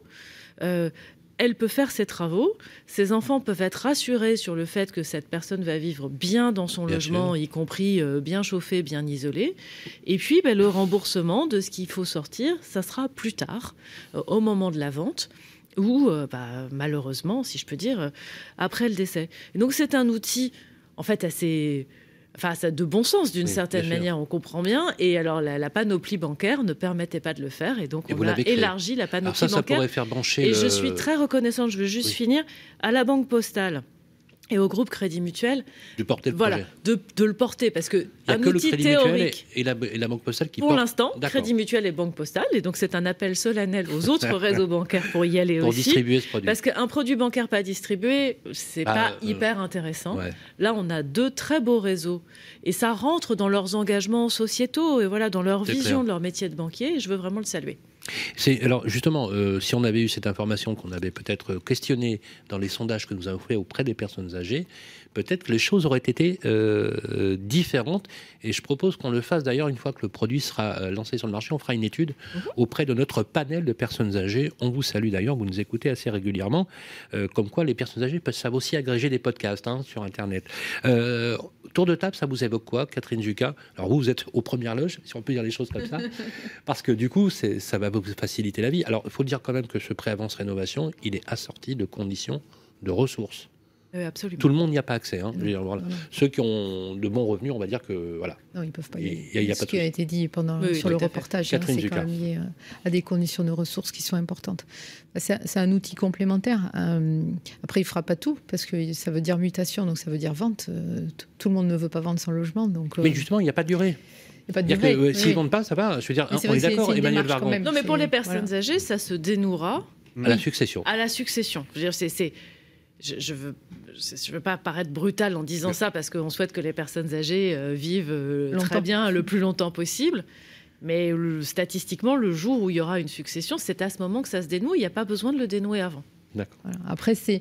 S3: elle peut faire ses travaux. Ses enfants peuvent être rassurés sur le fait que cette personne va vivre bien dans son logement, y compris bien chauffé, bien isolé. Et puis, le remboursement de ce qu'il faut sortir, ça sera plus tard, au moment de la vente, ou malheureusement, si je peux dire, après le décès. Et donc, c'est un outil, en fait, assez... Enfin, ça de bon sens, d'une certaine manière, on comprend bien. Et alors, la panoplie bancaire ne permettait pas de le faire. Et donc, on a élargi la panoplie bancaire.
S2: Ça pourrait faire brancher...
S3: Et je suis très reconnaissante, je veux juste finir, à la Banque Postale et au groupe Crédit Mutuel,
S2: de porter le projet.
S3: De le porter, parce que
S2: un outil théorique et la Banque Postale qui
S3: pour l'instant, Crédit Mutuel et Banque Postale, et donc c'est un appel solennel aux autres réseaux bancaires pour y aller
S2: pour
S3: aussi.
S2: Distribuer ce produit.
S3: Parce qu'un produit bancaire pas distribué, c'est pas hyper intéressant. Là, on a deux très beaux réseaux, et ça rentre dans leurs engagements sociétaux, et voilà, dans leur vision de leur métier de banquier, et je veux vraiment le saluer.
S2: Alors justement, si on avait eu cette information, qu'on avait peut-être questionné dans les sondages que nous avons fait auprès des personnes âgées, peut-être que les choses auraient été différentes. Et je propose qu'on le fasse d'ailleurs une fois que le produit sera lancé sur le marché. On fera une étude auprès de notre panel de personnes âgées. On vous salue d'ailleurs, vous nous écoutez assez régulièrement. Comme quoi les personnes âgées savent aussi agréger des podcasts sur Internet. Tour de table, ça vous évoque quoi, Catherine Jucas? Alors vous êtes aux premières loges, si on peut dire les choses comme ça, parce que du coup, ça va vous faciliter la vie. Alors il faut dire quand même que ce prêt avance rénovation, il est assorti de conditions de ressources.
S3: Absolument.
S2: Tout le monde n'y a pas accès. Je veux dire, voilà. Ceux qui ont de bons revenus, on va dire que voilà.
S7: Non, ils ne peuvent pas.
S2: Il y a
S7: ce qui a été dit sur le reportage, c'est quand même lié à des conditions de ressources qui sont importantes. C'est un outil complémentaire. Après, il ne fera pas tout, parce que ça veut dire mutation, donc ça veut dire vente. Tout le monde ne veut pas vendre son logement. Donc,
S2: mais justement, il n'y a pas de durée. S'ils ne vendent pas, ça va. Je veux dire, on est d'accord, Emmanuel Vargon.
S3: Non, mais pour les personnes âgées, ça se dénouera
S2: à la succession.
S3: À la succession. Je veux dire, je veux pas paraître brutal en disant ça, parce qu'on souhaite que les personnes âgées vivent très bien le plus longtemps possible. Mais statistiquement, le jour où il y aura une succession, c'est à ce moment que ça se dénoue. Il n'y a pas besoin de le dénouer avant.
S2: D'accord.
S7: Voilà. Après, c'est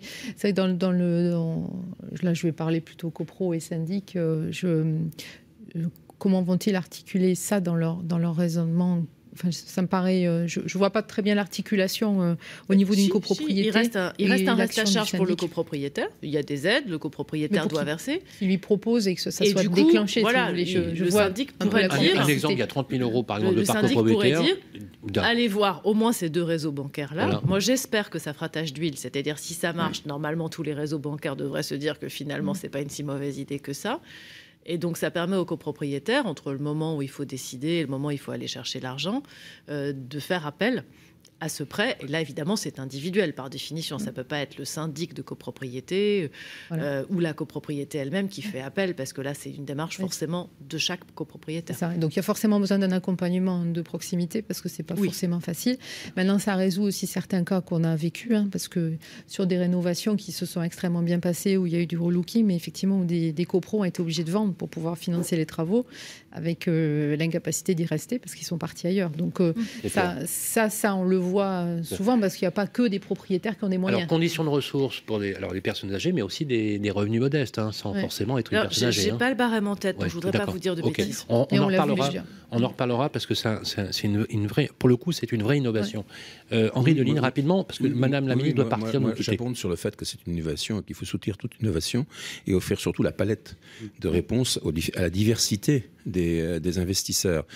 S7: là, je vais parler plutôt copro et syndic. Comment vont-ils articuler ça dans leur raisonnement? Enfin, ça me paraît. Je ne vois pas très bien l'articulation au niveau d'une copropriété.
S3: Il reste un reste à charge pour le copropriétaire. Il y a des aides, le copropriétaire doit verser.
S7: Il lui propose et que ça soit déclenché.
S3: Voilà,
S7: si
S3: le syndic pourrait dire.
S2: Un exemple, il y a 30 000 euros par exemple de par copropriétaire.
S3: Le syndic pourrait dire, allez voir au moins ces deux réseaux bancaires-là. Voilà. Moi, j'espère que ça fera tache d'huile. C'est-à-dire, si ça marche, normalement, tous les réseaux bancaires devraient se dire que finalement, c'est pas une si mauvaise idée que ça. Et donc, ça permet aux copropriétaires, entre le moment où il faut décider et le moment où il faut aller chercher l'argent, de faire appel à ce prêt. Et là, évidemment, c'est individuel par définition. Ça ne peut pas être le syndic de copropriété ou la copropriété elle-même qui fait appel, parce que là, c'est une démarche forcément de chaque copropriétaire.
S7: Ça. Donc, il y a forcément besoin d'un accompagnement de proximité, parce que ce n'est pas forcément facile. Maintenant, ça résout aussi certains cas qu'on a vécu, parce que sur des rénovations qui se sont extrêmement bien passées, où il y a eu du relooking, mais effectivement, où des copros ont été obligés de vendre pour pouvoir financer les travaux, avec l'incapacité d'y rester, parce qu'ils sont partis ailleurs. Donc, ça, on le voit souvent, parce qu'il n'y a pas que des propriétaires qui ont des moyens.
S2: Alors, conditions de ressources pour les personnes âgées, mais aussi des revenus modestes, sans forcément être une personne âgée.
S3: Je n'ai pas le barème en tête, donc je ne voudrais pas vous dire de bêtises.
S2: On en reparlera, parce que c'est une vraie, pour le coup, c'est une vraie innovation. Henri Deligne, rapidement, parce que Madame la ministre doit partir.
S5: Je réponds sur le fait que c'est une innovation et qu'il faut soutenir toute innovation et offrir surtout la palette de réponses à la diversité des investisseurs.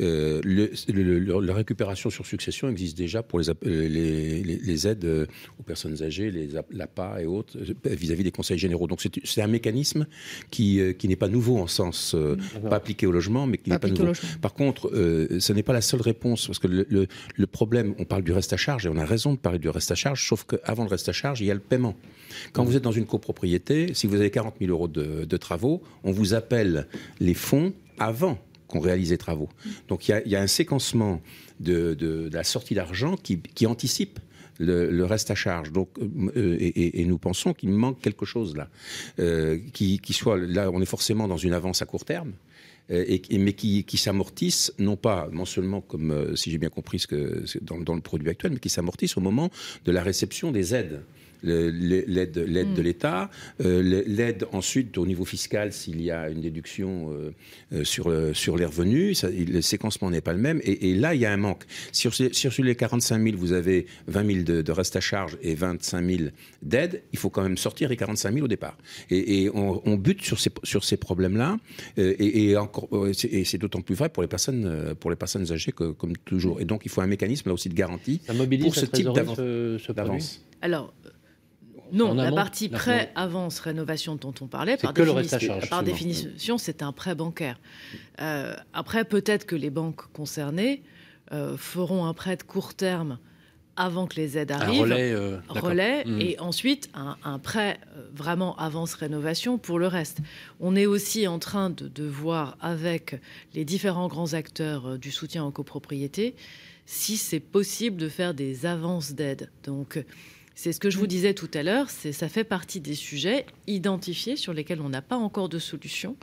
S5: La récupération sur succession existe déjà pour les aides aux personnes âgées, l'APA et autres, vis-à-vis des conseils généraux. Donc c'est un mécanisme qui n'est pas nouveau en sens, pas appliqué au logement, mais qui n'est pas nouveau. Par contre, ce n'est pas la seule réponse, parce que le problème, on parle du reste à charge, et on a raison de parler du reste à charge, sauf qu'avant le reste à charge, il y a le paiement. Quand vous êtes dans une copropriété, si vous avez 40 000 euros de travaux, on vous appelle les fonds avant qu'on réalise les travaux. Donc il y a un séquencement de la sortie d'argent qui anticipe le reste à charge. Donc, et nous pensons qu'il manque quelque chose là, qui soit là. On est forcément dans une avance à court terme. Mais qui s'amortissent, non seulement comme, si j'ai bien compris ce que c'est dans le produit actuel, mais qui s'amortissent au moment de la réception des aides. L'aide de l'État, l'aide ensuite au niveau fiscal s'il y a une déduction sur les revenus, le séquencement n'est pas le même, et là il y a un manque. Sur les 45 000, vous avez 20 000 de reste à charge et 25 000 d'aide, il faut quand même sortir les 45 000 au départ. Et on bute sur ces problèmes-là, et c'est d'autant plus vrai pour les personnes âgées comme toujours. Et donc il faut un mécanisme là aussi de garantie pour ce type d'avance.
S3: Alors, non, la partie prêt, avance, rénovation dont on parlait, par définition, c'est un prêt bancaire. Après, peut-être que les banques concernées feront un prêt de court terme avant que les aides arrivent. Relais et ensuite un prêt vraiment avance rénovation pour le reste. On est aussi en train de voir avec les différents grands acteurs du soutien aux copropriétés si c'est possible de faire des avances d'aide. Donc, c'est ce que je vous disais tout à l'heure, ça fait partie des sujets identifiés sur lesquels on n'a pas encore de solution.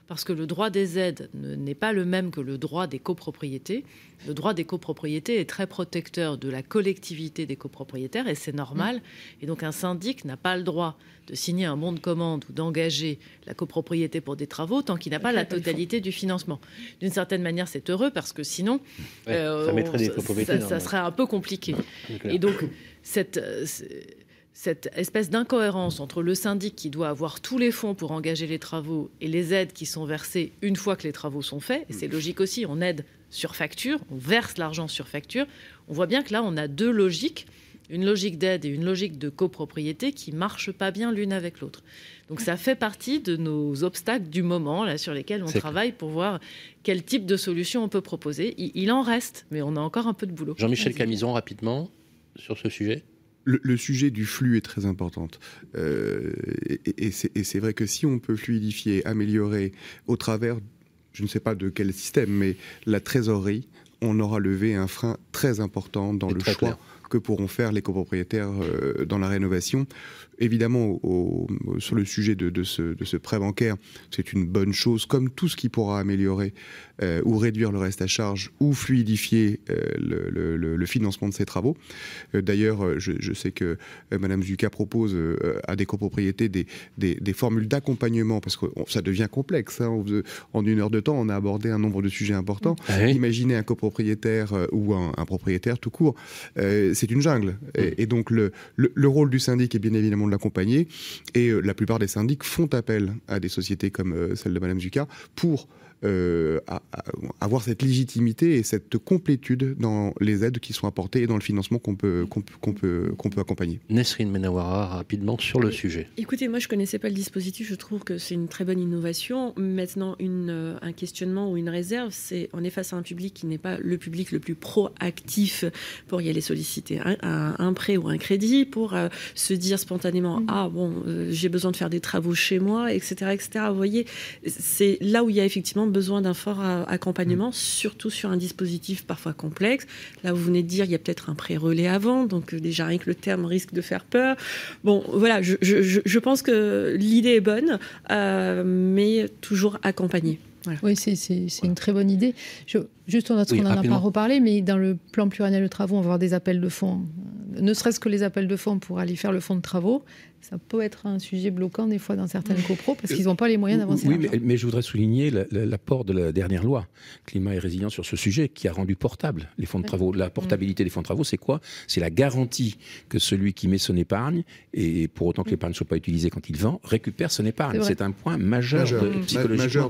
S3: parce que le droit des aides n'est pas le même que le droit des copropriétés. Le droit des copropriétés est très protecteur de la collectivité des copropriétaires, et c'est normal. Et donc un syndic n'a pas le droit de signer un bon de commande ou d'engager la copropriété pour des travaux tant qu'il n'a pas la totalité du financement. D'une certaine manière, c'est heureux, parce que sinon,
S2: ça mettrait des copropriétés
S3: ça serait un peu compliqué. Et donc, cette espèce d'incohérence entre le syndic qui doit avoir tous les fonds pour engager les travaux et les aides qui sont versées une fois que les travaux sont faits, et c'est logique aussi, on aide sur facture, on verse l'argent sur facture, on voit bien que là, on a deux logiques, une logique d'aide et une logique de copropriété qui ne marchent pas bien l'une avec l'autre. Donc ça fait partie de nos obstacles du moment, là, sur lesquels on travaille pour voir quel type de solution on peut proposer. Il en reste, mais on a encore un peu de boulot.
S2: Jean-Michel Camison, rapidement, sur ce sujet.
S4: Le sujet du flux est très important. Et c'est vrai que si on peut fluidifier, améliorer au travers, je ne sais pas de quel système, mais la trésorerie, on aura levé un frein très important dans le choix que pourront faire les copropriétaires dans la rénovation. Évidemment, sur le sujet de ce prêt bancaire, c'est une bonne chose, comme tout ce qui pourra améliorer ou réduire le reste à charge ou fluidifier le financement de ces travaux. D'ailleurs, je sais que Madame Zucca propose à des copropriétés des formules d'accompagnement, parce que ça devient complexe. Hein. En 1 heure de temps, on a abordé un nombre de sujets importants. Imaginez un copropriétaire ou un propriétaire tout court. C'est une jungle. Et donc, le rôle du syndic est bien évidemment de l'accompagner. Et la plupart des syndics font appel à des sociétés comme celle de Madame Zucca pour avoir cette légitimité et cette complétude dans les aides qui sont apportées et dans le financement qu'on peut accompagner.
S2: Nesrine Menawara, rapidement sur le sujet.
S6: Écoutez, moi je ne connaissais pas le dispositif, je trouve que c'est une très bonne innovation. Maintenant, un questionnement ou une réserve, c'est on est face à un public qui n'est pas le public le plus proactif pour y aller solliciter un prêt ou un crédit, pour se dire spontanément j'ai besoin de faire des travaux chez moi, etc., etc. Vous voyez, c'est là où il y a effectivement besoin d'un fort accompagnement, surtout sur un dispositif parfois complexe. Là, vous venez de dire, il y a peut-être un pré-relais avant, donc déjà rien que le terme risque de faire peur. Bon, voilà, je pense que l'idée est bonne, mais toujours accompagner. Voilà.
S7: Oui, c'est une très bonne idée. Juste, on n'en a pas reparlé, mais dans le plan pluriannuel de travaux, on va avoir des appels de fonds. Ne serait-ce que les appels de fonds pour aller faire le fonds de travaux, ça peut être un sujet bloquant des fois dans certaines copros, parce qu'ils n'ont pas les moyens d'avancer.
S5: Oui, mais je voudrais souligner l'apport de la dernière loi climat et résilience sur ce sujet, qui a rendu portable les fonds de travaux. La portabilité des fonds de travaux, c'est quoi? C'est la garantie que celui qui met son épargne, et pour autant que l'épargne ne soit pas utilisée quand il vend, récupère son épargne. C'est un point majeur psychologiquement.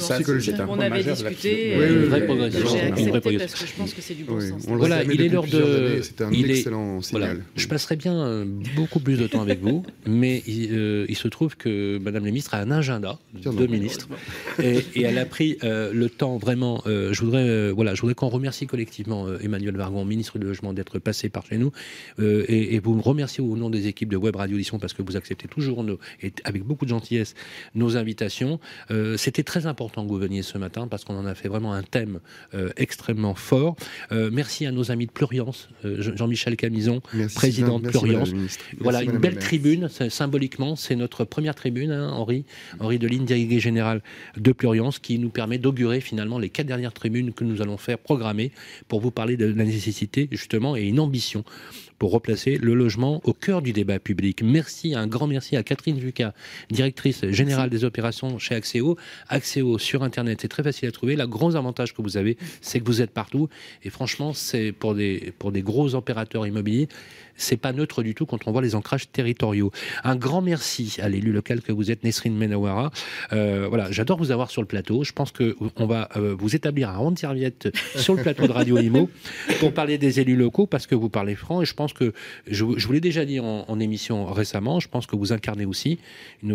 S3: On avait discuté. Une vraie progression. J'ai accepté parce que je pense que c'est du bon sens.
S2: Voilà, il est l'heure de...
S4: C'est un excellent signal.
S2: Je passerai bien beaucoup plus de temps avec vous, mais il se trouve que Madame la Ministre a un agenda de ministre et elle a pris le temps vraiment. Je voudrais qu'on remercie collectivement Emmanuel Vargon, ministre du Logement, d'être passé par chez nous et vous me remerciez au nom des équipes de Web Radio Audition, parce que vous acceptez toujours et avec beaucoup de gentillesse nos invitations. C'était très important que vous veniez ce matin, parce qu'on en a fait vraiment un thème extrêmement fort. Merci à nos amis de Pluriance, Jean-Michel Camison, président de Pluriance. Voilà, une belle tribune, symboliquement, c'est notre première tribune, hein, Henri Deline, délégué général de Pluriance, qui nous permet d'augurer finalement les 4 dernières tribunes que nous allons faire programmer pour vous parler de la nécessité, justement, et une ambition pour replacer le logement au cœur du débat public. Merci, un grand merci à Catherine Zucca, directrice générale des opérations chez Axéo. Axéo sur Internet, c'est très facile à trouver. Le gros avantage que vous avez, c'est que vous êtes partout. Et franchement, c'est pour des gros opérateurs immobiliers, c'est pas neutre du tout quand on voit les ancrages territoriaux. Un grand merci à l'élu local que vous êtes, Nesrine Menawara. Voilà, j'adore vous avoir sur le plateau. Je pense qu'on va vous établir un rond de serviette sur le plateau de Radio Imo pour parler des élus locaux, parce que vous parlez franc, et je pense que, je vous l'ai déjà dit en émission récemment, je pense que vous incarnez aussi une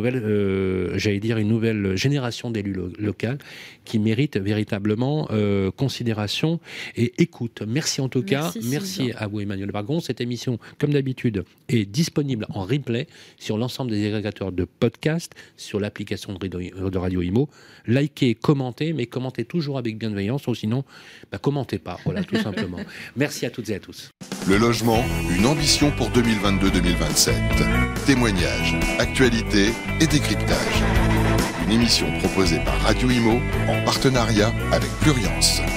S2: nouvelle génération d'élus locaux qui méritent véritablement considération et écoute. Merci en tout cas. Merci à vous, Emmanuel Vargon. Cette émission, comme d'habitude, est disponible en replay sur l'ensemble des agrégateurs de podcasts, sur l'application de Radio Imo. Likez, commentez, mais commentez toujours avec bienveillance, ou sinon, commentez pas. Voilà, tout simplement. Merci à toutes et à tous.
S1: Le logement, une ambition pour 2022-2027. Témoignages, actualités et décryptage. Une Une émission proposée par Radio Imo en partenariat avec Pluriance.